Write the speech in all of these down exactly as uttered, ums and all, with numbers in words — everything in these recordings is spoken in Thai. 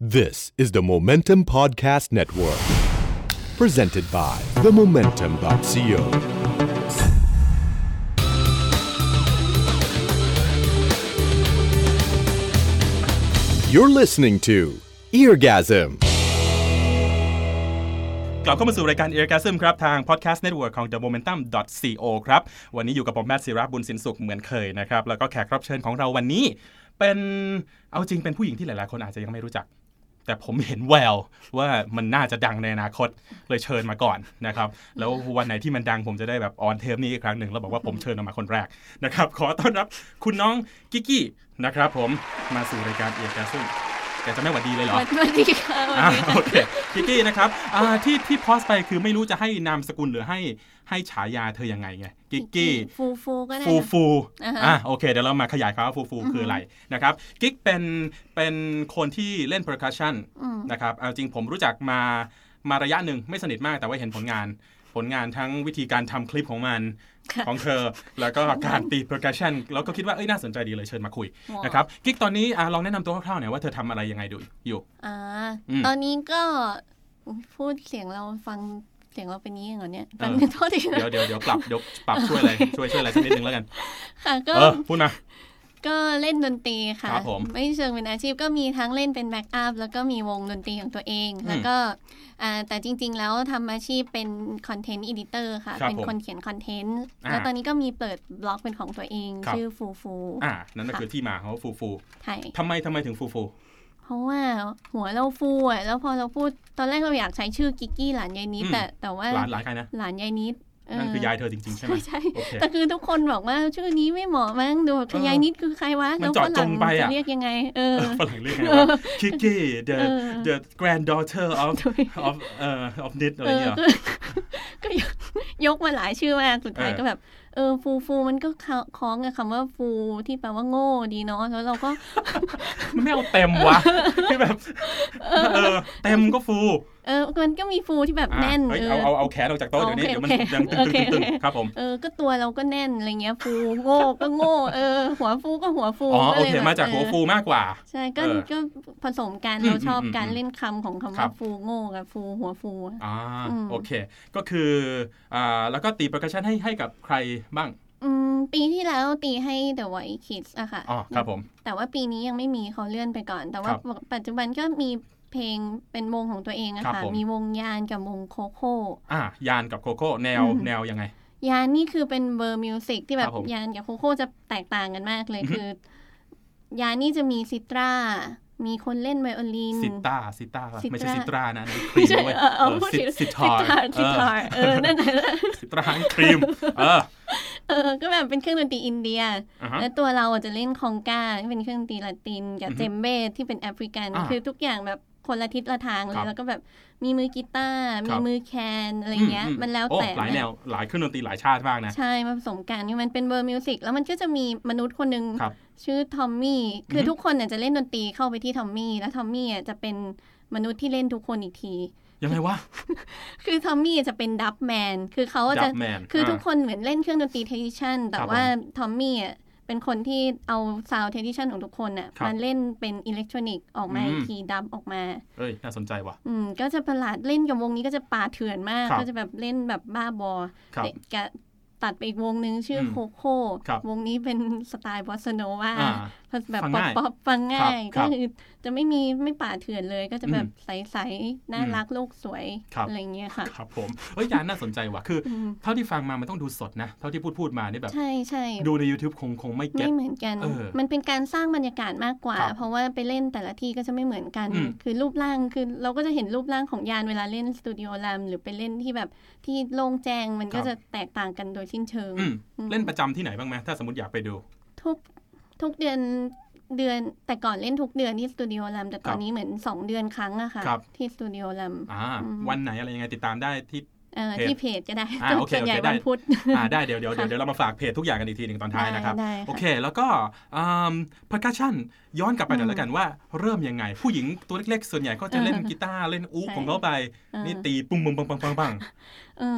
This is the Momentum Podcast Network, presented by the momentum dot co. You're listening to Eargasm. กลับเข้ามาสู่รายการ Eargasm ครับทาง Podcast Network ของ the momentum dot co ครับวันนี้อยู่กับผมแมทศิระบุญสินสุขเหมือนเคยนะครับแล้วก็แขกรับเชิญของเราวันนี้เป็นเอาจริงเป็นผู้หญิงที่หลายๆคนอาจจะยังไม่รู้จักแต่ผมเห็นแววว่ามันน่าจะดังในอนาคตเลยเชิญมาก่อนนะครับแล้ววันไหนที่มันดังผมจะได้แบบออนเทปนี้อีกครั้งหนึ่งแล้วบอกว่าผมเชิญออกมาคนแรกนะครับขอต้อนรับคุณน้องกิ๊กกี้นะครับผมมาสู่รายการ Eargasmแต่จะไม่หวัดดีเลยเหรอสวัสดีค่ะโอเคกิ๊กกี้นะครับที่ที่โพสต์ไปคือไม่รู้จะให้นามสกุลหรือให้ให้ฉายาเธอยังไงไงกิ๊กกี้ฟูฟูก็ได้ฟูฟูอ่ะโอเคเดี๋ยวเรามาขยายคำว่าฟูฟูคืออะไรนะครับกิ๊กเป็นเป็นคนที่เล่น percussion นะครับเอาจริงผมรู้จักมามาระยะหนึ่งไม่สนิทมากแต่ว่าเห็นผลงานผลงานทั้งวิธีการทำคลิปของมันของเธอแล้วก็การตี percussion แล้วก็คิดว่าเอ้ยน่าสนใจดีเลยเชิญมาคุยนะครับกิ๊กตอนนี้อ่ะลองแนะนำตัวคร่าวๆหน่อยว่าเธอทำอะไรยังไงดูอยู่อ่าตอนนี้ก็พูดเสียงเราฟังเสียงเราเป็นนี้เหรอเนี่ยฟังโทษทีนะเดี๋ยวเดี๋ยวเดี๋ยวปรับเดี๋ยวปรับช่วยอะไรช่วยช่วยอะไรสักนิดนึงแล้วกันค่ะก็พูดมาก็เล่นดนตรีค่ะไม่เชิงเป็นอาชีพก็มีทั้งเล่นเป็นแบ็คอัพแล้วก็มีวงดนตรีของตัวเองแล้วก็แต่จริงๆแล้วทำอาชีพเป็นคอนเทนต์อีดิเตอร์ค่ะเป็นคนเขียนคอนเทนต์แล้วตอนนี้ก็มีเปิดบล็อกเป็นของตัวเองชื่อฟูฟูอ่านั่นก็คือที่มาของฟูฟูใช่ทำไมทำไมถึงฟูฟูเพราะว่าหัวเราฟูอ่ะแล้วพอเราพูดตอนแรกเราอยากใช้ชื่อกิ๊กกี้หลานยายนิดแต่แต่ว่าหลานหลานใครนะหลานยายนิดนั่นคือยายเธอจริงๆใช่ไหมใช่แต่คือทุกคนบอกว่าชื่อนี้ไม่เหมาะมั้งดูคือยายนิดคือใครวะแล้วฝรั่งจะเรียกยังไงเออฝรั่งเรียกไงวะ Kiki the the granddaughter of of uh of Nid อะไรอย่างเงี้ยก็ยกมาหลายชื่อมากสุดท้ายก็แบบเออฟูฟูมันก็คล้องกับคำว่าฟูที่แปลว่าโง่ดีเนาะแล้วเราก็มันไม่เอาเต็มวะที่แบบเออเต็มก็ฟูเออมันก็มีฟูที่แบบแน่นเออเอาเอาเอาแขนออกจากโต๊ะเดี๋ยวนี้เดี๋ยวมันยังตึงๆๆครับผมเออก็ตัวเราก็แน่นอะไรเงี้ยฟูโง่ก็โง่เออหัวฟูก็หัวฟูอ๋อโอเคมาจากหัวฟูมากกว่าใช่ก็ก็ผสมกันเราชอบการเล่นคำของคำว่าฟูโง่กับฟูหัวฟูอ่าโอเคก็คืออ่าแล้วก็ตี percussion ให้ให้กับใครบ้างอืมปีที่แล้วตีให้ The White Kids อะค่ะอ๋อครับผมแต่ว่าปีนี้ยังไม่มีเขาเลื่อนไปก่อนแต่ว่าปัจจุบันก็มีเพลงเป็นวงของตัวเองอะค่ะมีวงยานกับวงโคโค่อ่ายานกับโคโค่แนวแนวยังไงยานนี่คือเป็นเบอร์มิวสิกที่แบบยานกับโคโค่จะแตกต่างกันมากเลยคือยานนี่จะมีซิตรามีคนเล่นไวโอลินซิตาซิตาไม่ใช่ซิตรานะนั่นครีมด้วยเออซิตาร์ซิตาร์เออนั่นแหละซิตราครีมเออเออก็แบบเป็นเครื่องดนตรีอินเดียแล้วตัวเราจะเล่นคองกาที่เป็นเครื่องดนตรีละตินกับเจมเบ้ที่เป็นแอฟริกันคือทุกอย่างแบบคนละทิศละทางเลยแล้วก็แบบมีมือกีตาร์มีมือแคนอะไรเงี้ยมันแล้วแต่หลายแนวหลายเครื่องดนตรีหลายชาติมากนะใช่มาผสมกันมันเป็นเบอร์มิวสิกแล้วมันก็จะมีมนุษย์คนนึงชื่อทอมมี่คือทุกคนเนี่ยจะเล่นดนตรีเข้าไปที่ทอมมี่แล้วทอมมี่จะเป็นมนุษย์ที่เล่นทุกคนอีกทียังไงวะคือทอมมี่จะเป็นดับแมนคือเขาจะคือทุกคนเหมือนเล่นเครื่องดนตรีเทดิชันแต่ว่าทอมมี่เป็นคนที่เอาซาวด์เทดิชันของทุกคนน่ะมาเล่นเป็นอิเล็กทรอนิกส์ออกมาอีกทีดับออกมาเอ้ยน่าสนใจว่ะอืมก็จะประหลาดเล่นกับวงนี้ก็จะป่าเถื่อนมากก็จะแบบเล่นแบบบ้าบอแต่ตัดไปอีกวงนึงชื่อโคโค่วงนี้เป็นสไตล์บอสซาโนวาแบบป๊อปๆฟังง่ายก็คือจะไม่มีไม่ป่าเถื่อนเลยก็จะแบบใสๆน่ารักโลกสวยอะไรเงี้ยค่ะครับผมเฮ้ยยานน่าสนใจว่ะคือเท่าที่ฟังมามันต้องดูสดนะเท่าที่พูดพูดมานี่แบบใช่ใช่ดูใน YouTube คงคงไม่เก็ตไม่เหมือนกันมันเป็นการสร้างบรรยากาศมากกว่าเพราะว่าไปเล่นแต่ละที่ก็จะไม่เหมือนกันคือรูปร่างคือเราก็จะเห็นรูปร่างของยานเวลาเล่นสตูดิโอแรมหรือไปเล่นที่แบบที่โล่งแจ้งมันก็จะแตกต่างกันโดยสิ้นเชิงเล่นประจำที่ไหนบ้างไหมถ้าสมมติอยากไปดูทุกทุกเดือนเดือนแต่ก่อนเล่นทุกเดือนที่สตูดิโอแรมแต่ตอนนี้เหมือนสองเดือนครั้งอะค่ะที่สตูดิโอแรมอ่าวันไหนอะไรยังไงติดตามได้ที่ที่เพจก็ได้โอเคโอเคได้อ่าได้เดี๋ยวเดี๋ยวเดี๋ยวเรามาฝากเพจทุกอย่างกันอีกทีหนึ่งตอนท้ายนะครับโอเคแล้วก็อ่า percussion ย้อนกลับไปหน่อยแล้วกันว่าเริ่มยังไงผู้หญิงตัวเล็กๆส่วนใหญ่ก็จะเล่นกีตาร์เล่นอู๊ของเขาไปนี่ตีปุ้งปุ้งปังปังปังปัง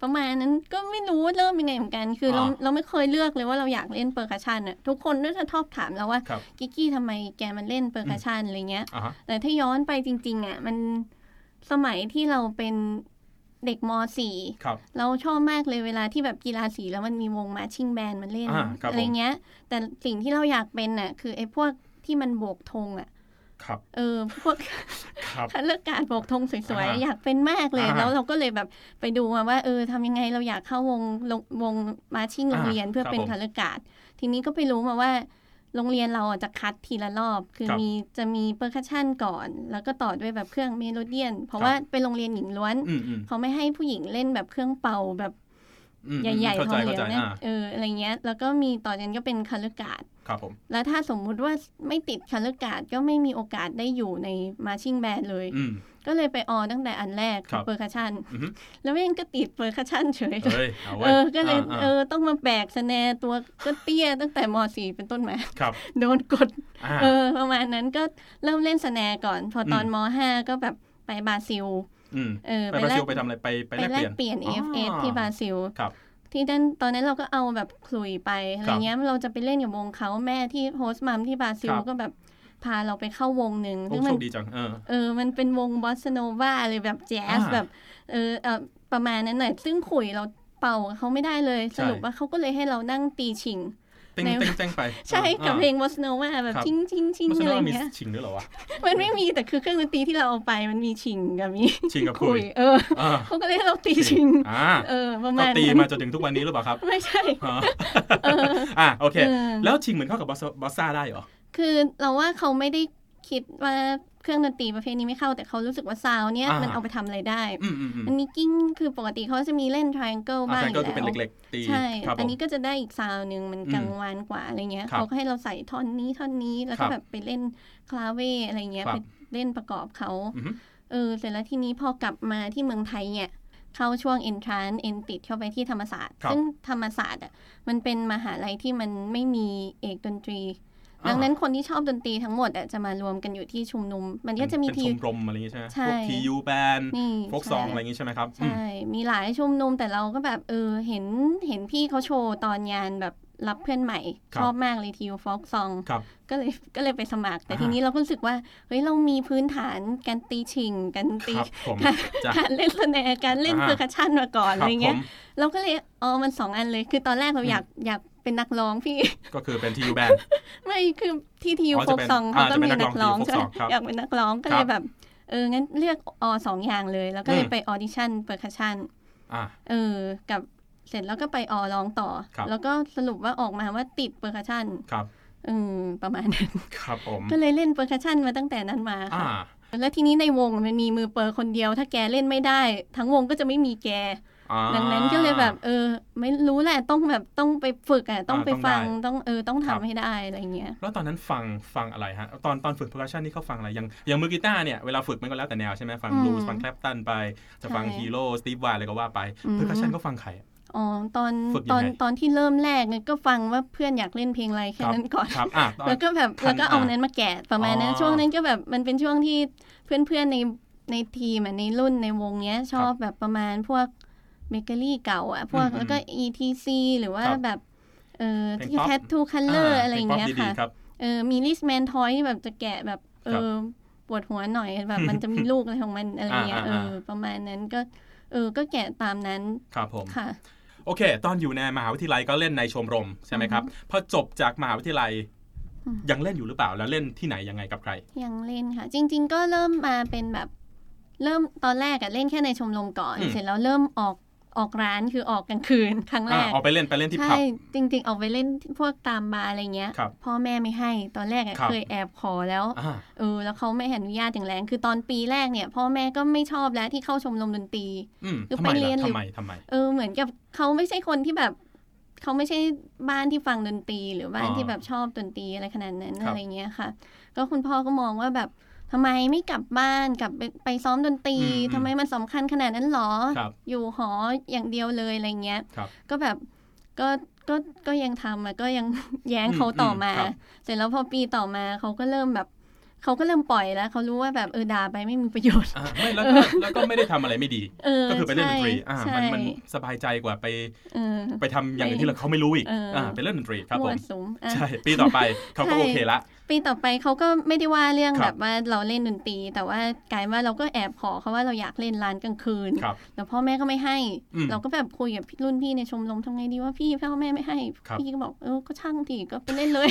ประมาณนั้นก็ไม่รู้เริ่มยังไงเหมือนกันคือเราเราไม่เคยเลือกเลยว่าเราอยากเล่นเปอร์คัชชันอ่ะทุกคนก็จะชอบถามเราว่ากิ๊กกี้ทำไมแกมันเล่นเปอร์คัชชันอะไรเงี้ยแต่ถ้าย้อนไปจริงๆอ่ะมันสมัยที่เราเป็นเด็กม.สี่ เราชอบมากเลยเวลาที่แบบกีฬาสีแล้วมันมีวงมาร์ชิ่งแบนด์มันเล่นอะไรเงี้ยแต่สิ่งที่เราอยากเป็นน่ะคือไอ้พวกที่มันโบกธงอ่ะเออพวกคันเลือกการโบกธงสวยๆอยากเป็นมากเลยแล้วเราก็เลยแบบไปดูมาว่าเออทำยังไงเราอยากเข้าวงวงมาร์ชิ่งโรงเรียนเพื่อเป็นคันเลือกการทีนี้ก็ไปรู้มาว่าโรงเรียนเราจะคัดทีละรอบคือมีจะมีเปอร์คัชชันก่อนแล้วก็ต่อด้วยแบบเครื่องเมโลเดียนเพราะว่าเป็นโรงเรียนหญิงล้วนเขาไม่ให้ผู้หญิงเล่นแบบเครื่องเป่าแบบใหญ่ๆทองเหลืองเนี่ยเอออะไรเงี้ยแล้วก็มีต่อจากนั้นก็เป็นคันเลือกการครับผมแล้วถ้าสมมุติว่าไม่ติดคันเลือกการก็ไม่มีโอกาสได้อยู่ในมาร์ชิ่งแบนด์เลยก็เลยไปออตั้งแต่อันแรกเปอร์คัชชันแล้วเองก็ติดเปอร์คัชชันเฉยเออก็เลยเออต้องมาแบกสแนร์ตัวก็เตี้ยตั้งแต่ม.สี่ เป็นต้นมาโดนกดเออประมาณนั้นก็เริ่มเล่นสแนร์ก่อนพอตอนม.ห้าก็แบบไปบราซิลเออไปบราซิลไปทำอะไรไปไปแลกเปลี่ยนเอ เอฟ เอส ที่บราซิลที่นั่นตอนนั้นเราก็เอาแบบคลุยไปอะไรเงี้ยเราจะไปเล่นกับวงเขาแม่ที่โฮสต์มัมที่บราซิลก็แบบพาเราไปเข้าวงหนึ่งซึ่งมันดีจังเออเออมันเป็นวงบอสซาโนวาเลยแบบแจ๊สแบบเออเออประมาณนั้นหน่อยซึ่งขุยเราเป่าเขาไม่ได้เลยสรุปว่าเขาก็เลยให้เรานั่งตีชิงเต้งเต้งเต้งไปใช่กับเพลงบอสซาโนวาแบบชิงชิงชิงอะไรเงี้ยชิงด้วยเหรอวะมันไม่มีแต่คือเครื่องดนตรีที่เราเอาไปมันมีชิงกับมีชิงกับขุยเออเขาก็เลยให้เราตีชิงเออประมาณตีมาจนถึงทุกวันนี้หรือเปล่าครับไม่ใช่อ่าโอเคแล้วชิงเหมือนเข้ากับบอสซ่าได้เหรอคือเราว่าเขาไม่ได้คิดว่าเครื่องดนตรีประเภทนี้ไม่เข้าแต่เขารู้สึกว่าซาวเนี่ยมันเอาไปทำอะไรได้มันมีกิ้งคือปกติเขาจะมีเล่น triangle บ้างอยู่แล้วใช่อันนี้ก็จะได้อีกซาวนึงมันกังวานกว่าอะไรเงี้ยเขาก็ให้เราใส่ท่อนนี้ท่อนนี้แล้วก็แบบไปเล่นคลาเว่อะไรเงี้ยไปเล่นประกอบเขาเออเสร็จแล้วทีนี้พอกลับมาที่เมืองไทยเนี่ยเข้าช่วง entrance เอ็นติดเข้าไปที่ธรรมศาสตร์ซึ่งธรรมศาสตร์อ่ะมันเป็นมหาลัยที่มันไม่มีเอกดนตรีดังนั้นคนที่ชอบดนตรีทั้งหมดจะมารวมกันอยู่ที่ชุมนุมมันก็จะมีทีชมรมอะไรอย่างงี้ใช่ไหมพวกทียูแบนด์โฟกซองอะไรอย่างงี้ใช่ไหมครับใช่มีหลายชุมนุมแต่เราก็แบบเออเห็นเห็นพี่เขาโชว์ตอนงานแบบรับเพื่อนใหม่ชอบมากเลยทียูโฟกซองก็เลยก็เลยไปสมัครแต่ทีนี้เราก็รู้สึกว่าเฮ้ยเรามีพื้นฐานการตีชิงการตีการเล่นสแนร์การเล่นเพอร์คัชชันมาก่อนอะไรเงี้ยเราก็เลยอ๋อมันสองอันเลยคือตอนแรกเราอยากอยากเป็นนักร้องพี่ก็คือเป็นทียูแบนด์ไม่คือที่ทียูโฟกซองเขาก็มีนักร้องใช่ไหมอยากเป็นนักร้องก็เลยแบบเอองั้นเลือกอสองอย่างเลยแล้วก็เลยไปออดิชั่นเปอร์คัชชันเออกับเสร็จแล้วก็ไปออร้องต่อแล้วก็สรุปว่าออกมาว่าติดเปอร์คัชชันอืมประมาณนั้นครับผมก็เลยเล่นเปอร์คัชชันมาตั้งแต่นั้นมาค่ะแล้วทีนี้ในวงมันมีมือเปอร์คนเดียวถ้าแกเล่นไม่ได้ทั้งวงก็จะไม่มีแกดังนั้นก็เลยแบบเออไม่รู้แหละต้องแบบต้องไปฝึกอ่ะต้องไปฟังต้องเออต้องทำให้ได้อะไรเงี้ยแล้วตอนนั้นฟังฟังอะไรฮะตอนตอนฝึกเพอร์คัชชันนี่เขาฟังอะไรอย่างอย่างมือกีตาร์เนี่ยเวลาฝึกมันก็แล้วแต่แนวใช่ไหมฟังบลูส์ฟังแคลปตันไปจะฟังฮีโร่สตีฟไวน์อะไรก็ว่าไปเพอร์คัชชันก็ฟังใครอ๋อตอนตอนตอนที่เริ่มแรกเนี่ยก็ฟังว่าเพื่อนอยากเล่นเพลงอะไรแค่นั้นก่อนแล้วก็แบบแล้วก็เอานั้นมาแกะประมาณนั้นช่วงนั้นก็แบบมันเป็นช่วงที่เพื่อนๆในในทีมในรุ่นในวงเนี้ยชอบแบบประมาณพวกเบเกอรี่เก่าอ่ะพวกแล้วก็ อี ที ซี หรือว่าแบบเออที่ Tattoo Color อะไรอย่างเงี้ยค่ะเออมี Listman Toy ที่แบบจะแกะแบบเออปวดหัวหน่อยแบบมันจะมีลูกอะไรของมันอะไรเงี้ยเออประมาณนั้นก็เออก็แกะตามนั้นครับผมค่ะโอเคตอนอยู่ในมหาวิทยาลัยก็เล่นในชมรมใช่ไหมครับพอจบจากมหาวิทยาลัยยังเล่นอยู่หรือเปล่าแล้วเล่นที่ไหนยังไงกับใครยังเล่นค่ะจริงๆก็เริ่มมาเป็นแบบเริ่มตอนแรกอะเล่นแค่ในชมรมก่อนเสร็จแล้วเริ่มออกออกร้านคือออกกลางคืนครั้งแรกออกไปเล่นไปเล่นที่ผับใช่จริงๆออกไปเล่นพวกตามบาร์อะไรเงี้ยพ่อแม่ไม่ให้ตอนแรกอะเคยแอบขอแล้วเออแล้วเขาไม่อนุญาตอย่างแรงคือตอนปีแรกเนี่ยพ่อแม่ก็ไม่ชอบแล้วที่เข้าชมรมดนตรีคือไปเรียนหรือเออเหมือนกับเขาไม่ใช่คนที่แบบเขาไม่ใช่บ้านที่ฟังดนตรีหรือบ้านที่แบบชอบดนตรีอะไรขนาดนั้นอะไรเงี้ยค่ะก็คุณพ่อก็มองว่าแบบทำไมไม่กลับบ้านกลับไปไปซ้อมดนตรีทำไมมันสำคัญขนาดนั้นหรออยู่หออย่างเดียวเลยอะไรเงี้ยก็แบบก็ก็ก็ยังทำอ่ะก็ยังแย้งเขาต่อมาเสร็จแล้วพอปีต่อมาเขาก็เริ่มแบบเขาก็เริ่มปล่อยแล้วเขารู้ว่าแบบเออด่าไปไม่มีประโยชน์ไม่แล้วก็แล้วก็ไม่ได้ทำอะไรไม่ดีก็คือไปเล่นดนตรีอ่ามันมันสบายใจกว่าไปไปทำอย่างอื่นที่เขาไม่รู้อีกอ่าไปเล่นดนตรีครับผมใช่ปีต่อไปเขาก็โอเคละปีต่อไปเขาก็ไม่ได้ว่าเรื่องแบบว่าเราเล่นดนตรีแต่ว่ากลายว่าเราก็แอบขอเขาว่าเราอยากเล่นร้านกลางคืนแต่พ่อแม่ก็ไม่ให้เราก็แบบคุยกับรุ่นพี่ในชมรมทำไงดีว่าพี่พ่อแม่ไม่ให้พี่ก็บอกเออก็ช่างทีก็ไปเล่นเลย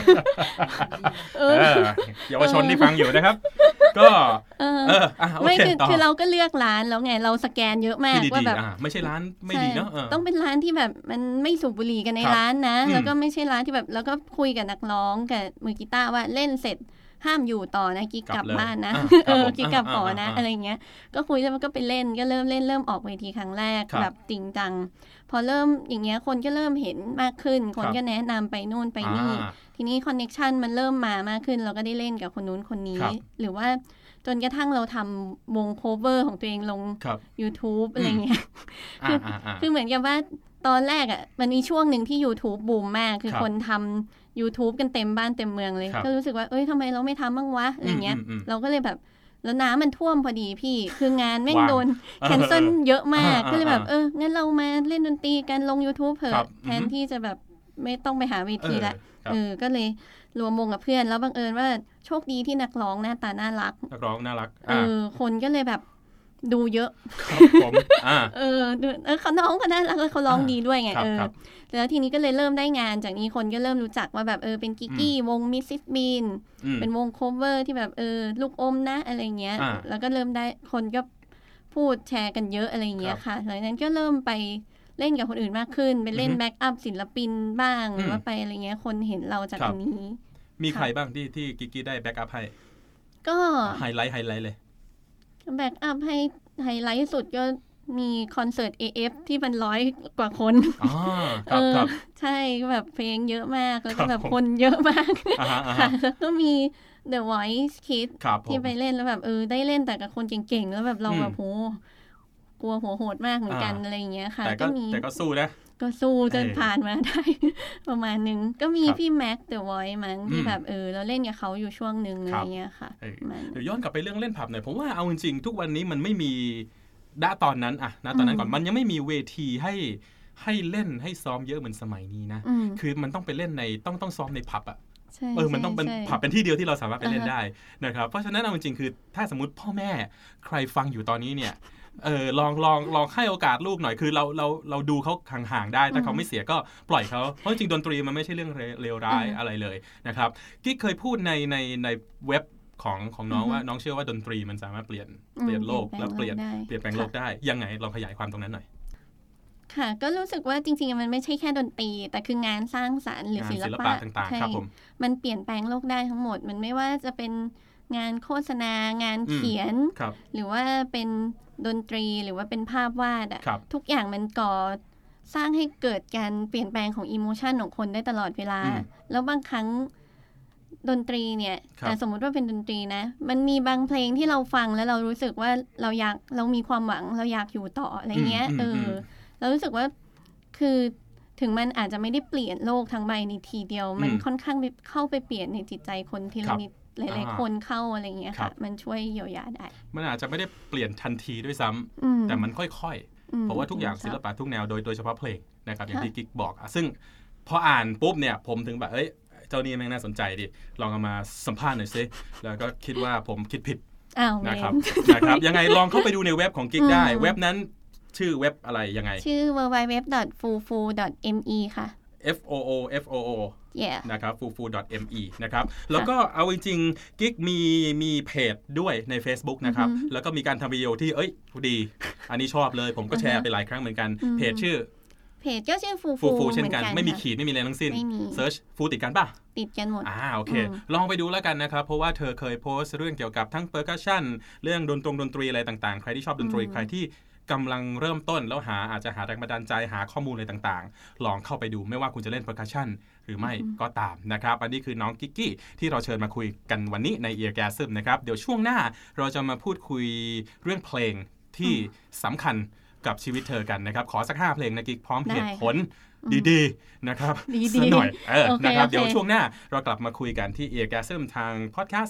เยาวชนที่ฟังอยู่นะครับก็เออไม่คือคือเราก็เลือกร้านแล้วไงเราสแกนเยอะมากว่าแบบไม่ใช่ร้านไม่ดีเนาะต้องเป็นร้านที่แบบมันไม่สูบบุหรี่กันในร้านนะแล้วก็ไม่ใช่ร้านที่แบบแล้วก็คุยกับนักร้องกับมือกีตาร์ว่าเล่นเสร็จห้ามอยู่ต่อนะกิ๊กกลับบ้านนะเออกิ๊กกลับหอนะอะไรเงี้ยก็คุยแล้วมันก็ไปเล่นก็เริ่มเล่นเริ่มออกเวทีครั้งแรกแบบจริงจังพอเริ่มอย่างเงี้ยคนก็เริ่มเห็นมากขึ้นคนก็แนะนำไปนู่นไปนี่ทีนี้คอนเนคชั่นมันเริ่มมามากขึ้นเราก็ได้เล่นกับคนนู้นคนนี้หรือว่าจนกระทั่งเราทำวงโคเวอร์ของตัวเองลง YouTube อะไรเงี้ยคือคือเหมือนกับว่าตอนแรกอ่ะมันมีช่วงหนึ่งที่ YouTube บูมมากคือคนทำ YouTube กันเต็มบ้านเต็มเมืองเลยก็รู้สึกว่าเอ้ยทำไมเราไม่ทำบ้างวะอะไรเงี้ยเราก็เลยแบบแล้วน้ำมันท่วมพอดีพี่คืองานแม่งโดนแคนเซิลเยอะมากก็เลยแบบเอองั้นเรามาเล่นดนตรีกันลง YouTube เถอะแทนที่จะแบบไม่ต้องไปหาเวทีละเออก็เลยรวมวงกับเพื่อนแล้วบังเอิญว่าโชคดีที่นักร้องหน้าตาน่ารักนักร้องน่ารักเออคนก็เลยแบบดูเยอะครับผมอ่าเออเออเขาน้องก็น่ารักแล้วเขาร้องดีด้วยไงเออแล้วทีนี้ก็เลยเริ่มได้งานจากนี้คนก็เริ่มรู้จักว่าแบบเออเป็นกิกกี้วงมิสซิสบีนเป็นวงโคเวอร์ที่แบบเออลูกอมนะอะไรเงี้ยแล้วก็เริ่มได้คนก็พูดแชร์กันเยอะอะไรเงี้ยค่ะหลังจากนั้นก็เริ่มไปเล่นกับคนอื่นมากขึ้นไปเล่นแบ็กอัพศิลปินบ้างหรือว่าไปอะไรเงี้ยคนเห็นเราจากอันนี้มีใครบ้างที่ที่กิกกี้ได้แบ็กอัพให้ก็ไฮไลท์ไฮไลท์เลยแบ็กอัพให้ไฮไลท์สุดก็มีคอนเสิร์ต เอ เอฟ ที่มันร้อยกว่าคนอ๋อครับครับใช่แบบเพลงเยอะมากแล้วก็แบบคนเยอะมากค่ะแล้วก็มี The Voice Kids ที่ไปเล่นแล้วแบบเออได้เล่นแต่กับคนเก่งๆแล้วแบบเราแบบโหกลัวหัวโหดมากเหมือนกันอะไรอย่างเงี้ยค่ะแต่ก็แต่ก็สู้นะก็สู้จนผ่านมาได้ประมาณนึงก็มีพี่แม็ก The Voice มั้งที่แบบเออเราเล่นกับเขาอยู่ช่วงนึงอะไรเงี้ยค่ะเดี๋ยวย้อนกลับไปเรื่องเล่นผับหน่อยผมว่าเอาจริงๆทุกวันนี้มันไม่มีณตอนนั้นอะณตอนนั้นก่อนมันยังไม่มีเวทีให้ให้เล่นให้ซ้อมเยอะเหมือนสมัยนี้นะคือมันต้องไปเล่นในต้องต้องซ้อมในผับอะเออมันต้องเป็นผับเป็นที่เดียวที่เราสามารถไปเล่นได้นะครับเพราะฉะนั้นเอาจริงๆคือถ้าสมมุติพ่อแม่ใครฟังอยู่ตอนนี้เนี่ยเออลองลองลองให้โอกาสลูกหน่อยคือเราเราเราดูเขาห่างๆได้ถ้าเขาไม่เสียก็ปล่อยเขาเพราะจริงดนตรีมันไม่ใช่เรื่องเลวร้ายอะไรเลยนะครับกิ๊กเคยพูดในในในเว็บของของน้องว่าน้องเชื่อว่าดนตรีมันสามารถเปลี่ยนเปลี่ยนโลกและเปลี่ยนเปลี่ยนแปลงโลกได้ยังไงลองขยายความตรงนั้นหน่อยค่ะก็รู้สึกว่าจริงๆมันไม่ใช่แค่ดนตรีแต่คืองานสร้างสรรค์หรือศิลปะต่างๆครับผมมันเปลี่ยนแปลงโลกได้ทั้งหมดมันไม่ว่าจะเป็นงานโฆษณางานเขียนหรือว่าเป็นดนตรีหรือว่าเป็นภาพวาดอ่ะทุกอย่างมันก่อสร้างให้เกิดการเปลี่ยนแปลงของอิโมชันของคนได้ตลอดเวลาแล้วบางครั้งดนตรีเนี่ยแต่สมมติว่าเป็นดนตรีนะมันมีบางเพลงที่เราฟังแล้วเรารู้สึกว่าเราอยากเรามีความหวังเราอยากอยู่ต่ออะไรเงี้ยเออเรารู้สึกว่าคือถึงมันอาจจะไม่ได้เปลี่ยนโลกทั้งใบในทีเดียวมันค่อนข้างเข้าไปเปลี่ยนในจิตใจคนทีละนิดหลายๆคนเข้าอะไรเงี้ยค่ะมันช่วยเยียวยาได้มันอาจจะไม่ได้เปลี่ยนทันทีด้วยซ้ำแต่มันค่อยๆเพราะว่าทุกอย่างศิลปะทุกแนวโดยโดยเฉพาะเพลงนะครับอย่างที่กิ๊กบอกซึ่งพออ่านปุ๊บเนี่ยผมถึงแบบเอ้ยเจ้านี่แม่งน่าสนใจดิลองเอามาสัมภาษณ์หน่อยซิแล้วก็คิดว่าผมคิดผิดนะครับนะครับยังไงลองเข้าไปดูในเว็บของกิ๊กได้เว็บนั้นชื่อเว็บอะไรยังไงชื่อ ดับเบิลยู ดับเบิลยู ดับเบิลยู ดอท ฟูฟู ดอท เอ็ม อี ค่ะ F O O F O O นะครับ ฟูฟู ดอท เอ็ม อี นะครับแล้วก็เอาจริงๆกิ๊กมีมีเพจด้วยใน Facebook นะครับแล้วก็มีการทำวิดีโอที่เอ้ยดีอันนี้ชอบเลยผมก็แชร์ไปหลายครั้งเหมือนกันเพจชื่อเพจก็ชื่อฟูฟูเช่นกันไม่มีขีดไม่มีอะไรทั้งสิ้นเซิร์ชฟูติดกันป่ะติดกันหมดอ่าโอเคลองไปดูแล้วกันนะครับเพราะว่าเธอเคยโพสต์เรื่องเกี่ยวกับทั้งเปอร์คัชชั่นเรื่องดนตรงดนตรีอะไรต่างๆใครที่ชอบดนตรีใครที่กำลังเริ่มต้นแล้วหาอาจจะหาแรงบันดาลใจหาข้อมูลอะไรต่างๆลองเข้าไปดูไม่ว่าคุณจะเล่นเพอร์คัชชั่นหรือไม่ก็ตามนะครับอันนี้คือน้องกิ๊กกี้ที่เราเชิญมาคุยกันวันนี้ใน Eargasm นะครับเดี๋ยวช่วงหน้าเราจะมาพูดคุยเรื่องเพลงที่สำคัญกับชีวิตเธอกันนะครับขอสักห้าเพลงนะกิ๊กพร้อมเหตุผลดีๆนะครับสักหน่อยเออนะครับเดี๋ยวช่วงหน้าเรากลับมาคุยกันที่ Eargasm ทาง Podcast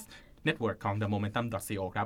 Network ของ the momentum dot co ครับ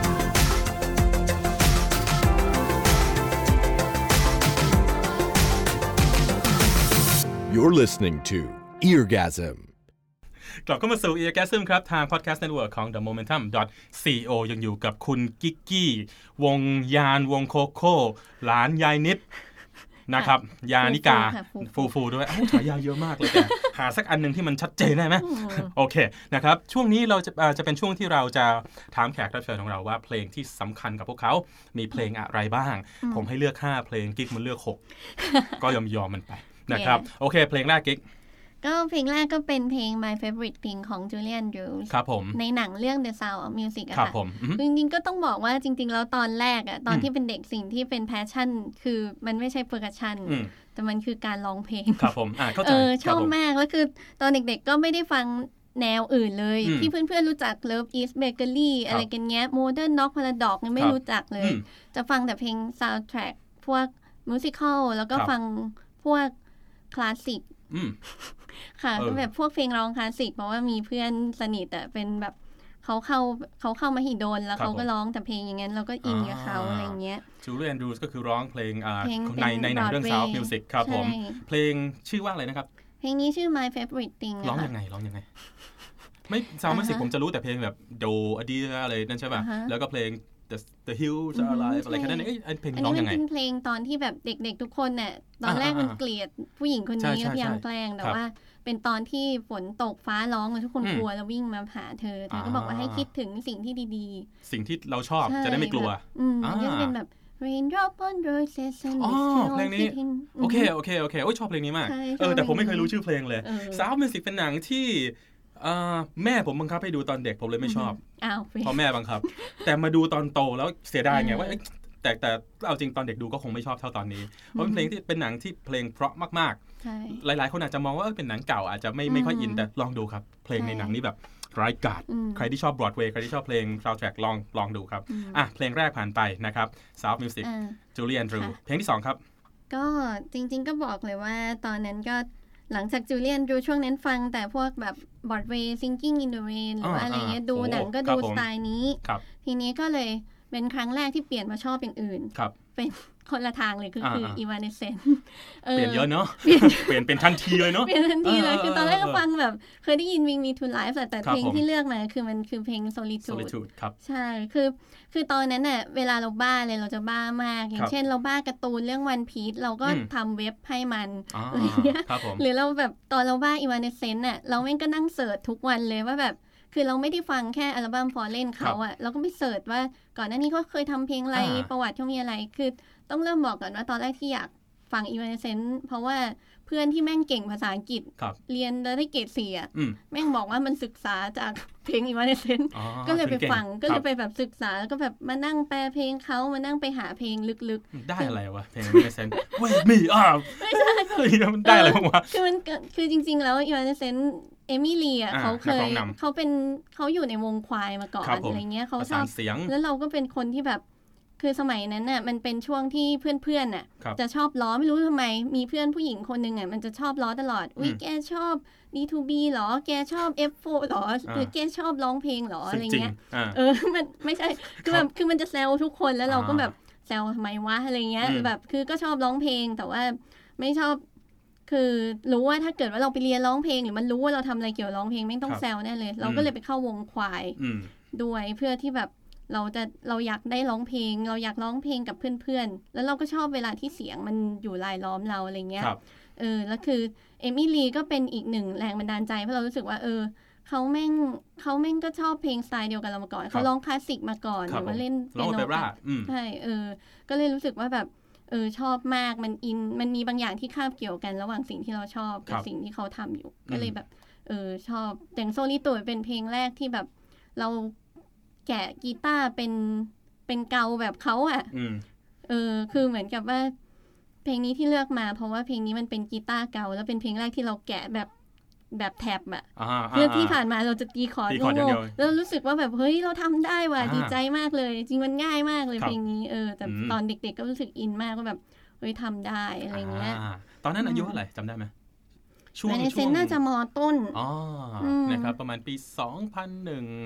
You're listening to Eargasm กลับเข้ามาสู่ Eargasm ครับทาง Podcast Network ของ the momentum dot co ยังอยู่กับคุณกิ๊กกี้วงยานวงโคโค่หลานยายนิดนะครับยานิกาฟูฟูด้วยอ้าวฉายาเยอะมากเลยแต่หาสักอันนึงที่มันชัดเจนได้ไหมโอเคนะครับช่วงนี้เราจะจะเป็นช่วงที่เราจะถามแขกรับเชิญของเราว่าเพลงที่สำคัญกับพวกเขามีเพลงอะไรบ้างผมให้เลือกห้าเพลงกิ๊กมันเลือกหกก็ยอมยอมมันไปนะครับโอเคเพลงแรกกิ๊กก็เพลงแรกก็เป็นเพลง My Favorite Thing ของ Julian Drews ครับผมในหนังเรื่อง The Sound of Music อะค่ะจริงๆก็ต้องบอกว่าจริงๆแล้วตอนแรกอะตอนที่เป็นเด็กสิ่งที่เป็น passion คือมันไม่ใช่ percussion แต่มันคือการร้องเพลงครับผมอ่าเข้าใจเออชอบมากแล้วคือตอนเด็กๆก็ไม่ได้ฟังแนวอื่นเลยที่เพื่อนๆรู้จัก Love is Bakery อะไรกันเงี้ย Modern Knock Paradox ยังไม่รู้จักเลยจะฟังแต่เพลง soundtrack พวก musical แล้วก็ฟังพวกคลาสสิกค่ะก็แบบพวกเพลงร้องคลาสสิกเพราะว่ามีเพื่อนสนิทอ่ะเป็นแบบเขาเข้าเขาเข้ามหิดลแล้วเขาก็ร้องแต่เพลงอย่างนั้นเราก็อินกับเขาอะไรเงี้ย Julian Drews ก็คือร้องเพลงในในหนังเรื่อง Sound of Music ครับผมเพลงชื่อว่าอะไรนะครับเพลงนี้ชื่อ My Favorite Thing ร้องยังไงร้องยังไงไม่ Sound of Music ผมจะรู้แต่เพลงแบบ Do a Dear อะไรนั่นใช่ป่ะแล้วก็เพลงThe, the Hills Are Alive อะไรแค่นั้นเองไอ้เพลงร้องยังไงอันนี้มันเป็นเพลงตอนที่แบบเด็กๆทุกคนเนี่ยตอนแรกมันเกลียดผู้หญิงคนนี้พยายามแกล้งแต่ว่าเป็นตอนที่ฝนตกฟ้าร้องแล้วทุกคนกลัวแล้ววิ่งมาหาเธอเธอก็บอกว่าให้คิดถึงสิ่งที่ดีๆสิ่งที่เราชอบจะได้ไม่กลัวอืมมันจะเป็นแบบ Raindrop on Roses and อ๋อเพลงนี้โอเคโอเคโอเคโอ้ยชอบเพลงนี้มากเออแต่ผมไม่เคยรู้ชื่อเพลงเลย Sound of Music เป็นหนังที่แม่ผมบังคับให้ดูตอนเด็กผมเลยไม่ชอบเพราะแม่บังคับแต่มาดูตอนโตแล้วเสียดายไงว่าแต่แต่เอาจริงตอนเด็กดูก็คงไม่ชอบเท่าตอนนี้เพราะเป็นเพลงที่เป็นหนังที่เพลงเพราะมากๆหลายๆคนอาจจะมองว่าเป็นหนังเก่าอาจจะไม่ไม่ค่อยอินแต่ลองดูครับเพลงในหนังนี้แบบร้ายกาจใครที่ชอบบรอดเวย์ใครที่ชอบเพลง soundtrack ลองลองดูครับอ่ะเพลงแรกผ่านไปนะครับ Sound of Music Julian Drews เพลงที่สองครับก็จริงๆก็บอกเลยว่าตอนนั้นก็หลังจากจูเลียนดูช่วงนั้นฟังแต่พวกแบบบอร์ดเวย์ Singing in the Rain หรือว่าอะไรเงี้ยดูหนังก็ดูสไตล์นี้ทีนี้ก็เลยเป็นครั้งแรกที่เปลี่ยนมาชอบอย่างอื่นเป็นคนละทางเลยคือคืออีวานเนสเซนเปลี่ยนเยอะเนาะเปลี่ยนเป็นทันทีเลยเนาะเปลี่ยนทันทีเลยคือตอนแรกก็ฟังแบบเคยได้ยิน Wing Me to Life แต่เพลงที่เลือกมาคือมันคือเพลง Solitude ใช่คือคือตอนนั้นน่ะเวลาเราบ้าเลยเราจะบ้ามากอย่างเช่นเราบ้าการ์ตูนเรื่อง One Piece เราก็ทำเว็บให้มันอะไรเงี้ยหรือเราแบบตอนเราบ้าอีวานเนสเซนน่ะเราแม่งก็นั่งเสิร์ชทุกวันเลยว่าแบบคือเราไม่ได้ฟังแค่อัลบั้มฟอร์เรนเขาอะเราก็ไปเสิร์ชว่าก่อนหน้านี้เขาเคยทำเพลงอะไรประวัติเขามีอะไรคือต้องเริ่มบอกก่อนว่าตอนแรกที่อยากฟัง Evanescence เพราะว่าเพื่อนที่แม่งเก่งภาษาอังกฤษเรียนได้เกรดสี่อ่ะแม่งบอกว่ามันศึกษาจากเพลง Evanescence ก็เลยไปฟังก็เลยไปแบบศึกษาแล้วก็แบบมานั่งแปลเพลงเขามานั่งไปหาเพลงลึกๆได้อะไรวะเพลง Evanescence Wake me up ไม่ใช่มันได้อะไรบ้างวะคือมันคือจริงๆแล้ว Evanescenceเอมิลีอ่ะเขาเคยเขาเป็นเขาอยู่ในวงควายมาก่อนอะไรเงี้ยเขาชอบแล้วเราก็เป็นคนที่แบบคือสมัยนั้นน่ะมันเป็นช่วงที่เพื่อนๆน่ะจะชอบล้อไม่รู้ทำไมมีเพื่อนผู้หญิงคนนึงอ่ะมันจะชอบล้อตลอดอุ๊ยแกชอบ ดี ทู บี หรอแกชอบ เอฟ โฟร์ หรอหรือแกชอบร้องเพลงหรออะไรเงี้ยเออมันไม่ใช่คือแบบคือมันจะแซวทุกคนแล้วเราก็แบบแซวทำไมวะอะไรเงี้ยแบบคือก็ชอบร้องเพลงแต่ว่าไม่ชอบคือรู้ว่าถ้าเกิดว่าเราไปเรียนร้องเพลงหรือมันรู้ว่าเราทำอะไรเกี่ยวกับร้องเพลงไม่ต้องแซวแน่เลยเราก็เลยไปเข้าวงควายด้วยเพื่อที่แบบเราจะเราอยากได้ร้องเพลงเราอยากร้องเพลงกับเพื่อนๆแล้วเราก็ชอบเวลาที่เสียงมันอยู่รายล้อมเราอะไรเงี้ยเออแล้วคือเอมิลีก็เป็นอีกหนึ่งแรงบันดาลใจเพราะเรารู้สึกว่าเออเขาแม่งเขาแม่งก็ชอบเพลงสไตล์เดียวกันเรามาก่อนเขาร้องคลาสสิกมาก่อนหรือว่าเล่นเปียโนใช่เออก็เลยรู้สึกว่าแบบเออชอบมากมันอินมันมีบางอย่างที่คาบเกี่ยวกันระหว่างสิ่งที่เราชอบกับสิ่งที่เขาทำอยู่ก็เลยแบบเออชอบแต่งโซลิตูดเป็นเพลงแรกที่แบบเราแกะกีตาร์เป็นเป็นเกาแบบเขาอ่ะเออคือเหมือนกับว่าเพลงนี้ที่เลือกมาเพราะว่าเพลงนี้มันเป็นกีตาร์เกาแล้วเป็นเพลงแรกที่เราแกะแบบแบบแท็บอ่ะเพื่อที่ผ่านมาเราจะตีคอร์ดโง่ๆแล้วรู้สึกว่าแบบเฮ้ยเราทำได้ว่ะดีใจมากเลยจริงมันง่ายมากเลยเพลงนี้เออแต่ตอนเด็กๆก็รู้สึกอินมากว่าแบบเฮ้ยทำได้อะไรเงี้ยตอนนั้นอายุเท่าไหร่จำได้ไหมช่วงช่วงน่าจะม.ต้นอ๋อนะครับประมาณปีสองพันหนึ่ง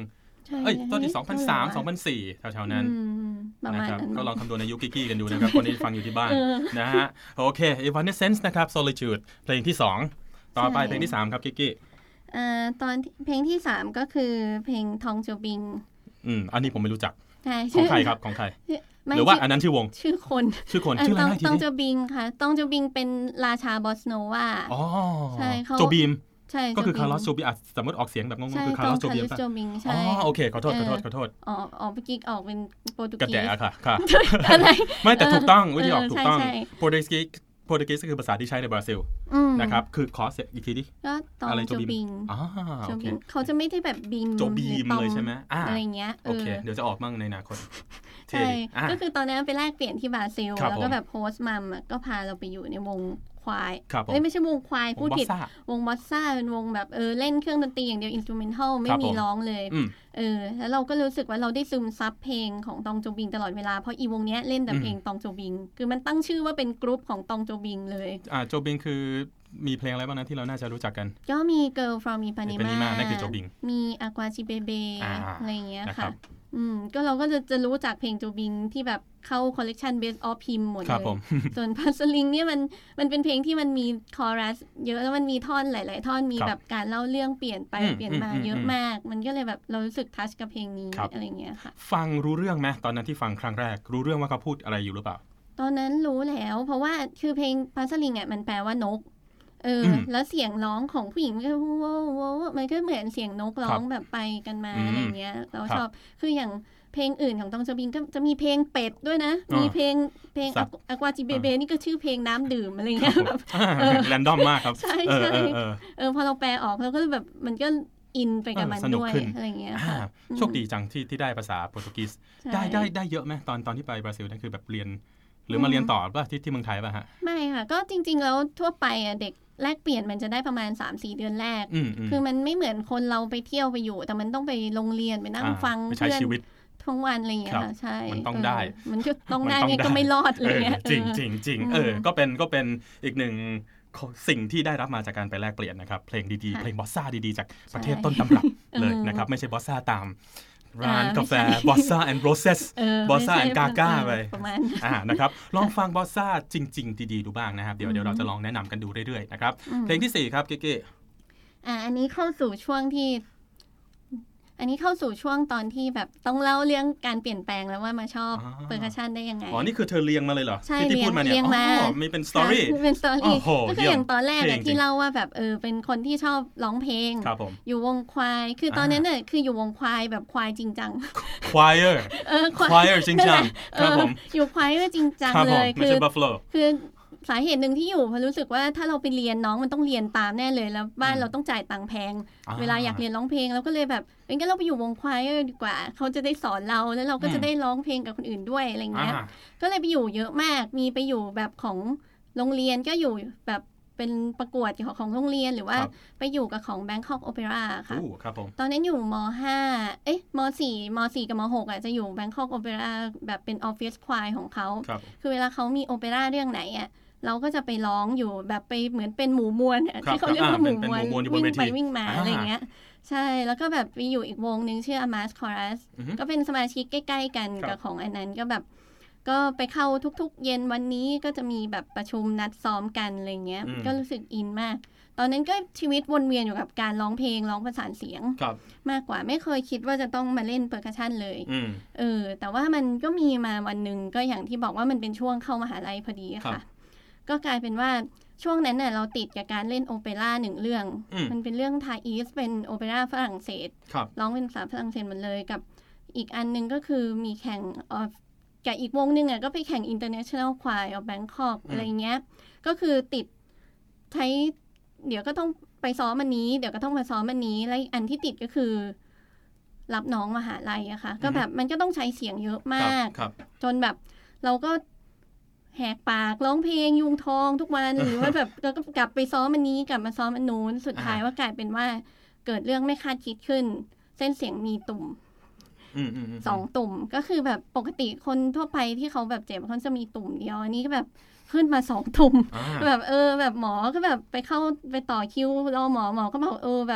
เอ้ยต้นที่สองพันสาม สองพันสี่แถวๆนั้นนะครับก็ลองคำนวณในยุคกิ๊กๆกันดูนะครับคนที่ฟังอยู่ที่บ้านนะฮะโอเค Evanescence นะครับ Solitude เพลงที่สองต่อไปเพลงที่สามครับกิ๊กๆเอ่อตอนเพลงที่สามก็คือเพลงทองโจบิงอืมอันนี้ผมไม่รู้จักของใครครับของใครหรือว่าอันนั้นชื่อวงชื่อคนชื่อคนชื่ออะไรนะตองโจบิงค่ะตองโจบิงเป็นราชาบอสโนวาอ๋อใช่เขาโจบิมใช่ก็คือคาร์ลอสโจบิมสมมติออกเสียงแบบงงๆคือคาร์ลอสโจบิมป่ะอ๋อโอเคขอโทษขอโทษขอโทษอ๋อออกเมื่อกี้ออกเป็นโปรตุเกสกระแดะค่ะค่ะอะไรไม่แต่ถูกต้องวิธีออกถูกต้องโปรตุเกสโปรตุเกสก็คือภาษาที่ใช้ในบราซิลนะครับคือขอเสียอีกทีดิก็ตองโจบิงอ๋อโอเคเขาจะไม่ได้แบบบิมโจบิมเลยใช่ไหมอะไรเงี้ยโอเคเดี๋ยวจะออกมั่งในอนาคตใช่ก็คือตอนนั้นไปแลกเปลี่ยนที่บราซิลแล้วก็แบบโฮสต์มัมก็พาเราไปอยู่ในวงควายไม่ใช่วงควายพูดผิดวงบอสซ่าเป็นวงแบบเออเล่นเครื่องดนตรีอย่างเดียวอินสตูเมนทัลไม่มีร้องเลยเออแล้วเราก็รู้สึกว่าเราได้ซึมซับเพลงของตองโจบิงตลอดเวลาเพราะอีวงเนี้ยเล่นแต่เพลงตองโจบิงคือมันตั้งชื่อว่าเป็นกรุ๊ปของตองโจบิงเลยอ่าโจบิงคือมีเพลงอะไรบ้างนะที่เราน่าจะรู้จักกันก็มี Girl from Ipanema นั่นคือโจบิงมี Agua Chibebe อะไรอย่างเงี้ยค่ะอืมก็เราก็จะจะรู้จากเพลงโจบิงที่แบบเข้าคอลเลกชัน Best of Him หมดเลยส่วนพัสลิงเนี่ยมันมันเป็นเพลงที่มันมีคอรัสเยอะแล้วมันมีท่อนหลายๆท่อนมีแบบการเล่าเรื่องเปลี่ยนไปเปลี่ยนมาเยอะมากมันก็เลยแบบเรารู้สึกทัชกับเพลงนี้อะไรเงี้ยค่ะฟังรู้เรื่องไหมตอนนั้นที่ฟังครั้งแรกรู้เรื่องว่าเขาพูดอะไรอยู่หรือเปล่าตอนนั้นรู้แล้วเพราะว่าคือเพลงพัสลิงอ่ะมันแปลว่านกเออแล้วเสียงร้องของผู้หญิงมันก็ว้าวมันก็เหมือนเสียงนกร้องแบบไปกันมาอะไรเงี้ยเราชอบคืออย่างเพลงอื่นของตองโจบิงก็จะมีเพลงเป็ดด้วยนะมีเพลงเพลงอากวาจิเบเบนี่ก็ชื่อเพลงน้ำดื่มอะไรเงี้ยแบบแรนดอมมากครับใช่ใช่เออพอเราแปลออกเราก็แบบมันก็อินไปกับมันด้วยอะไรเงี้ยค่ะโชคดีจังที่ที่ได้ภาษาโปรตุเกสได้ได้ได้เยอะไหมตอนตอนที่ไปบราซิลนั่นคือแบบเรียนหรือมาเรียนต่อป่ะที่ที่เมืองไทยป่ะฮะไม่ค่ะก็จริงๆแล้วทั่วไปอ่ะเด็กแลกเปลี่ยนมันจะได้ประมาณ สามสี่ เดือนแรกคือมันไม่เหมือนคนเราไปเที่ยวไปอยู่แต่มันต้องไปโรงเรียนไปนั่งฟังเพื่อนทั้งวันอะไรอย่างเงี้ยค่ะใช่มันต้องได้มันก็ต้องได้ไงก็ไม่รอดเลยเงี้ยจริงจริงจริงเออก็เป็นก็เป็นอีกหนึ่งสิ่งที่ได้รับมาจากการไปแลกเปลี่ยนนะครับเพลงดีๆเพลงบอสซ่าดีๆจากประเทศต้นตำรับเลยนะครับไม่ใช่บอสซ่าตามร้านกาแฟบอสซ่าแอนด์โรเซสบอสซ่าแอนด์กาก้าไปอ่านะครับลองฟังบอสซ่าจริงๆดีๆดูบ้างนะครับเดี๋ยวเดี๋ยวเราจะลองแนะนำกันดูเรื่อยๆนะครับเพลงที่สี่ครับเก๊ๆอ่าอันนี้เข้าสู่ช่วงที่อันนี้เข้าสู่ช่วงตอนที่แบบต้องเล่าเรื่องการเปลี่ยนแปลงแล้วว่ามาชอบเปอร์คัชชันได้ยังไงอ๋อนี่คือเธอเรียงมาเลยเหรอที่ที่พูดมาเนี่ยอ๋อมีเป็นสตอรี่เป็นสตอรี่ก็คืออย่างตอนแรกที่เล่าว่าแบบเออเป็นคนที่ชอบร้องเพลงอยู่วงควายคือตอนนั้นเนี่ยคืออยู่วงควายแบบควายจริงจังควายเออควายจริงจังครับผมอยู่ควายก็จริงจังเลยคือคือสาเหตุหนึ่งที่อยู่เพราะรู้สึกว่าถ้าเราไปเรียนน้องมันต้องเรียนตามแน่เลยแล้วบ้านเราต้องจ่ายตังค์แพงเวลาอยากเรียนร้องเพลงเราก็เลยแบบงั้นเราไปอยู่วงควายดีกว่าเขาจะได้สอนเราแล้วเราก็จะได้ร้องเพลงกับคนอื่นด้วยอะไรเงี้ยก็เลยไปอยู่เยอะมากมีไปอยู่แบบของโรงเรียนก็อยู่แบบเป็นประกวดของโรงเรียนหรือว่าไปอยู่กับของ Bangkok Opera ค่ะตอนนั้นอยู่ม.ห้า เอ๊ะม.สี่ ม.สี่ กับม.หกอ่ะจะอยู่ Bangkok Opera แบบเป็นออฟฟิศควายของเขาคือเวลาเขามีโอเปร่าเรื่องไหนอ่ะเราก็จะไปร้องอยู่แบบไปเหมือนเป็นหมู่มวลที่เขาเรียกว่าหมู่มวลวิ่งไปวิ่งมาอะไรเงี้ยใช่แล้วก็แบบไปอยู่อีกวงนึงชื่อ Amas Chorus ก็เป็นสมาชิกใกล้ๆกันกับของอันนั้นก็แบบก็ไปเข้าทุกๆเย็นวันนี้ก็จะมีแบบประชุมนัดซ้อมกันอะไรเงี้ยก็รู้สึกอินมากตอนนั้นก็ชีวิตวนเวียนอยู่กับการร้องเพลงร้องประสานเสียงมากกว่าไม่เคยคิดว่าจะต้องมาเล่นเปอร์คัชชันเลยเออแต่ว่ามันก็มีมาวันนึงก็อย่างที่บอกว่ามันเป็นช่วงเข้ามหาลัยพอดีค่ะก็กลายเป็นว่าช่วงนั้นน่ะเราติดกับการเล่นโอเปร่าหนึ่งเรื่องมันเป็นเรื่องทาอีสเป็นโอเปร่าฝรั่งเศสร้องเป็นภาษาฝรั่งเศสหมดเลยกับอีกอันนึงก็คือมีแข่งกับอีกวงนึงอ่ะก็ไปแข่ง International Choir of Bangkok อะไรเงี้ยก็คือติดใช้เดี๋ยวก็ต้องไปซ้อมอันนี้เดี๋ยวก็ต้องมาซ้อมอันนี้แล้วอันที่ติดก็คือรับน้องมหาลัยอะค่ะก็แบบมันก็ต้องใช้เสียงเยอะมากจนแบบเราก็แหกปากร้องเพลงยุงทองทุกวันหรือว่าแบบก็กลับไปซ้อมอันนี้กลับมาซ้อมอันนู้นสุดท้ายว่ากลายเป็นว่าเกิดเรื่องไม่คาดคิดขึ้นเส้นเสียงมีตุ่มสองตุ่มก็คือแบบปกติคนทั่วไปที่เขาแบบเจ็บเขาจะมีตุ่มเดียวอันนี้ก็แบบขึ้นมาสองตุ่มแบบเออแบบหมอก็แบบไปเข้าไปต่อคิวรอหมอหมอก็บอกเออแบบ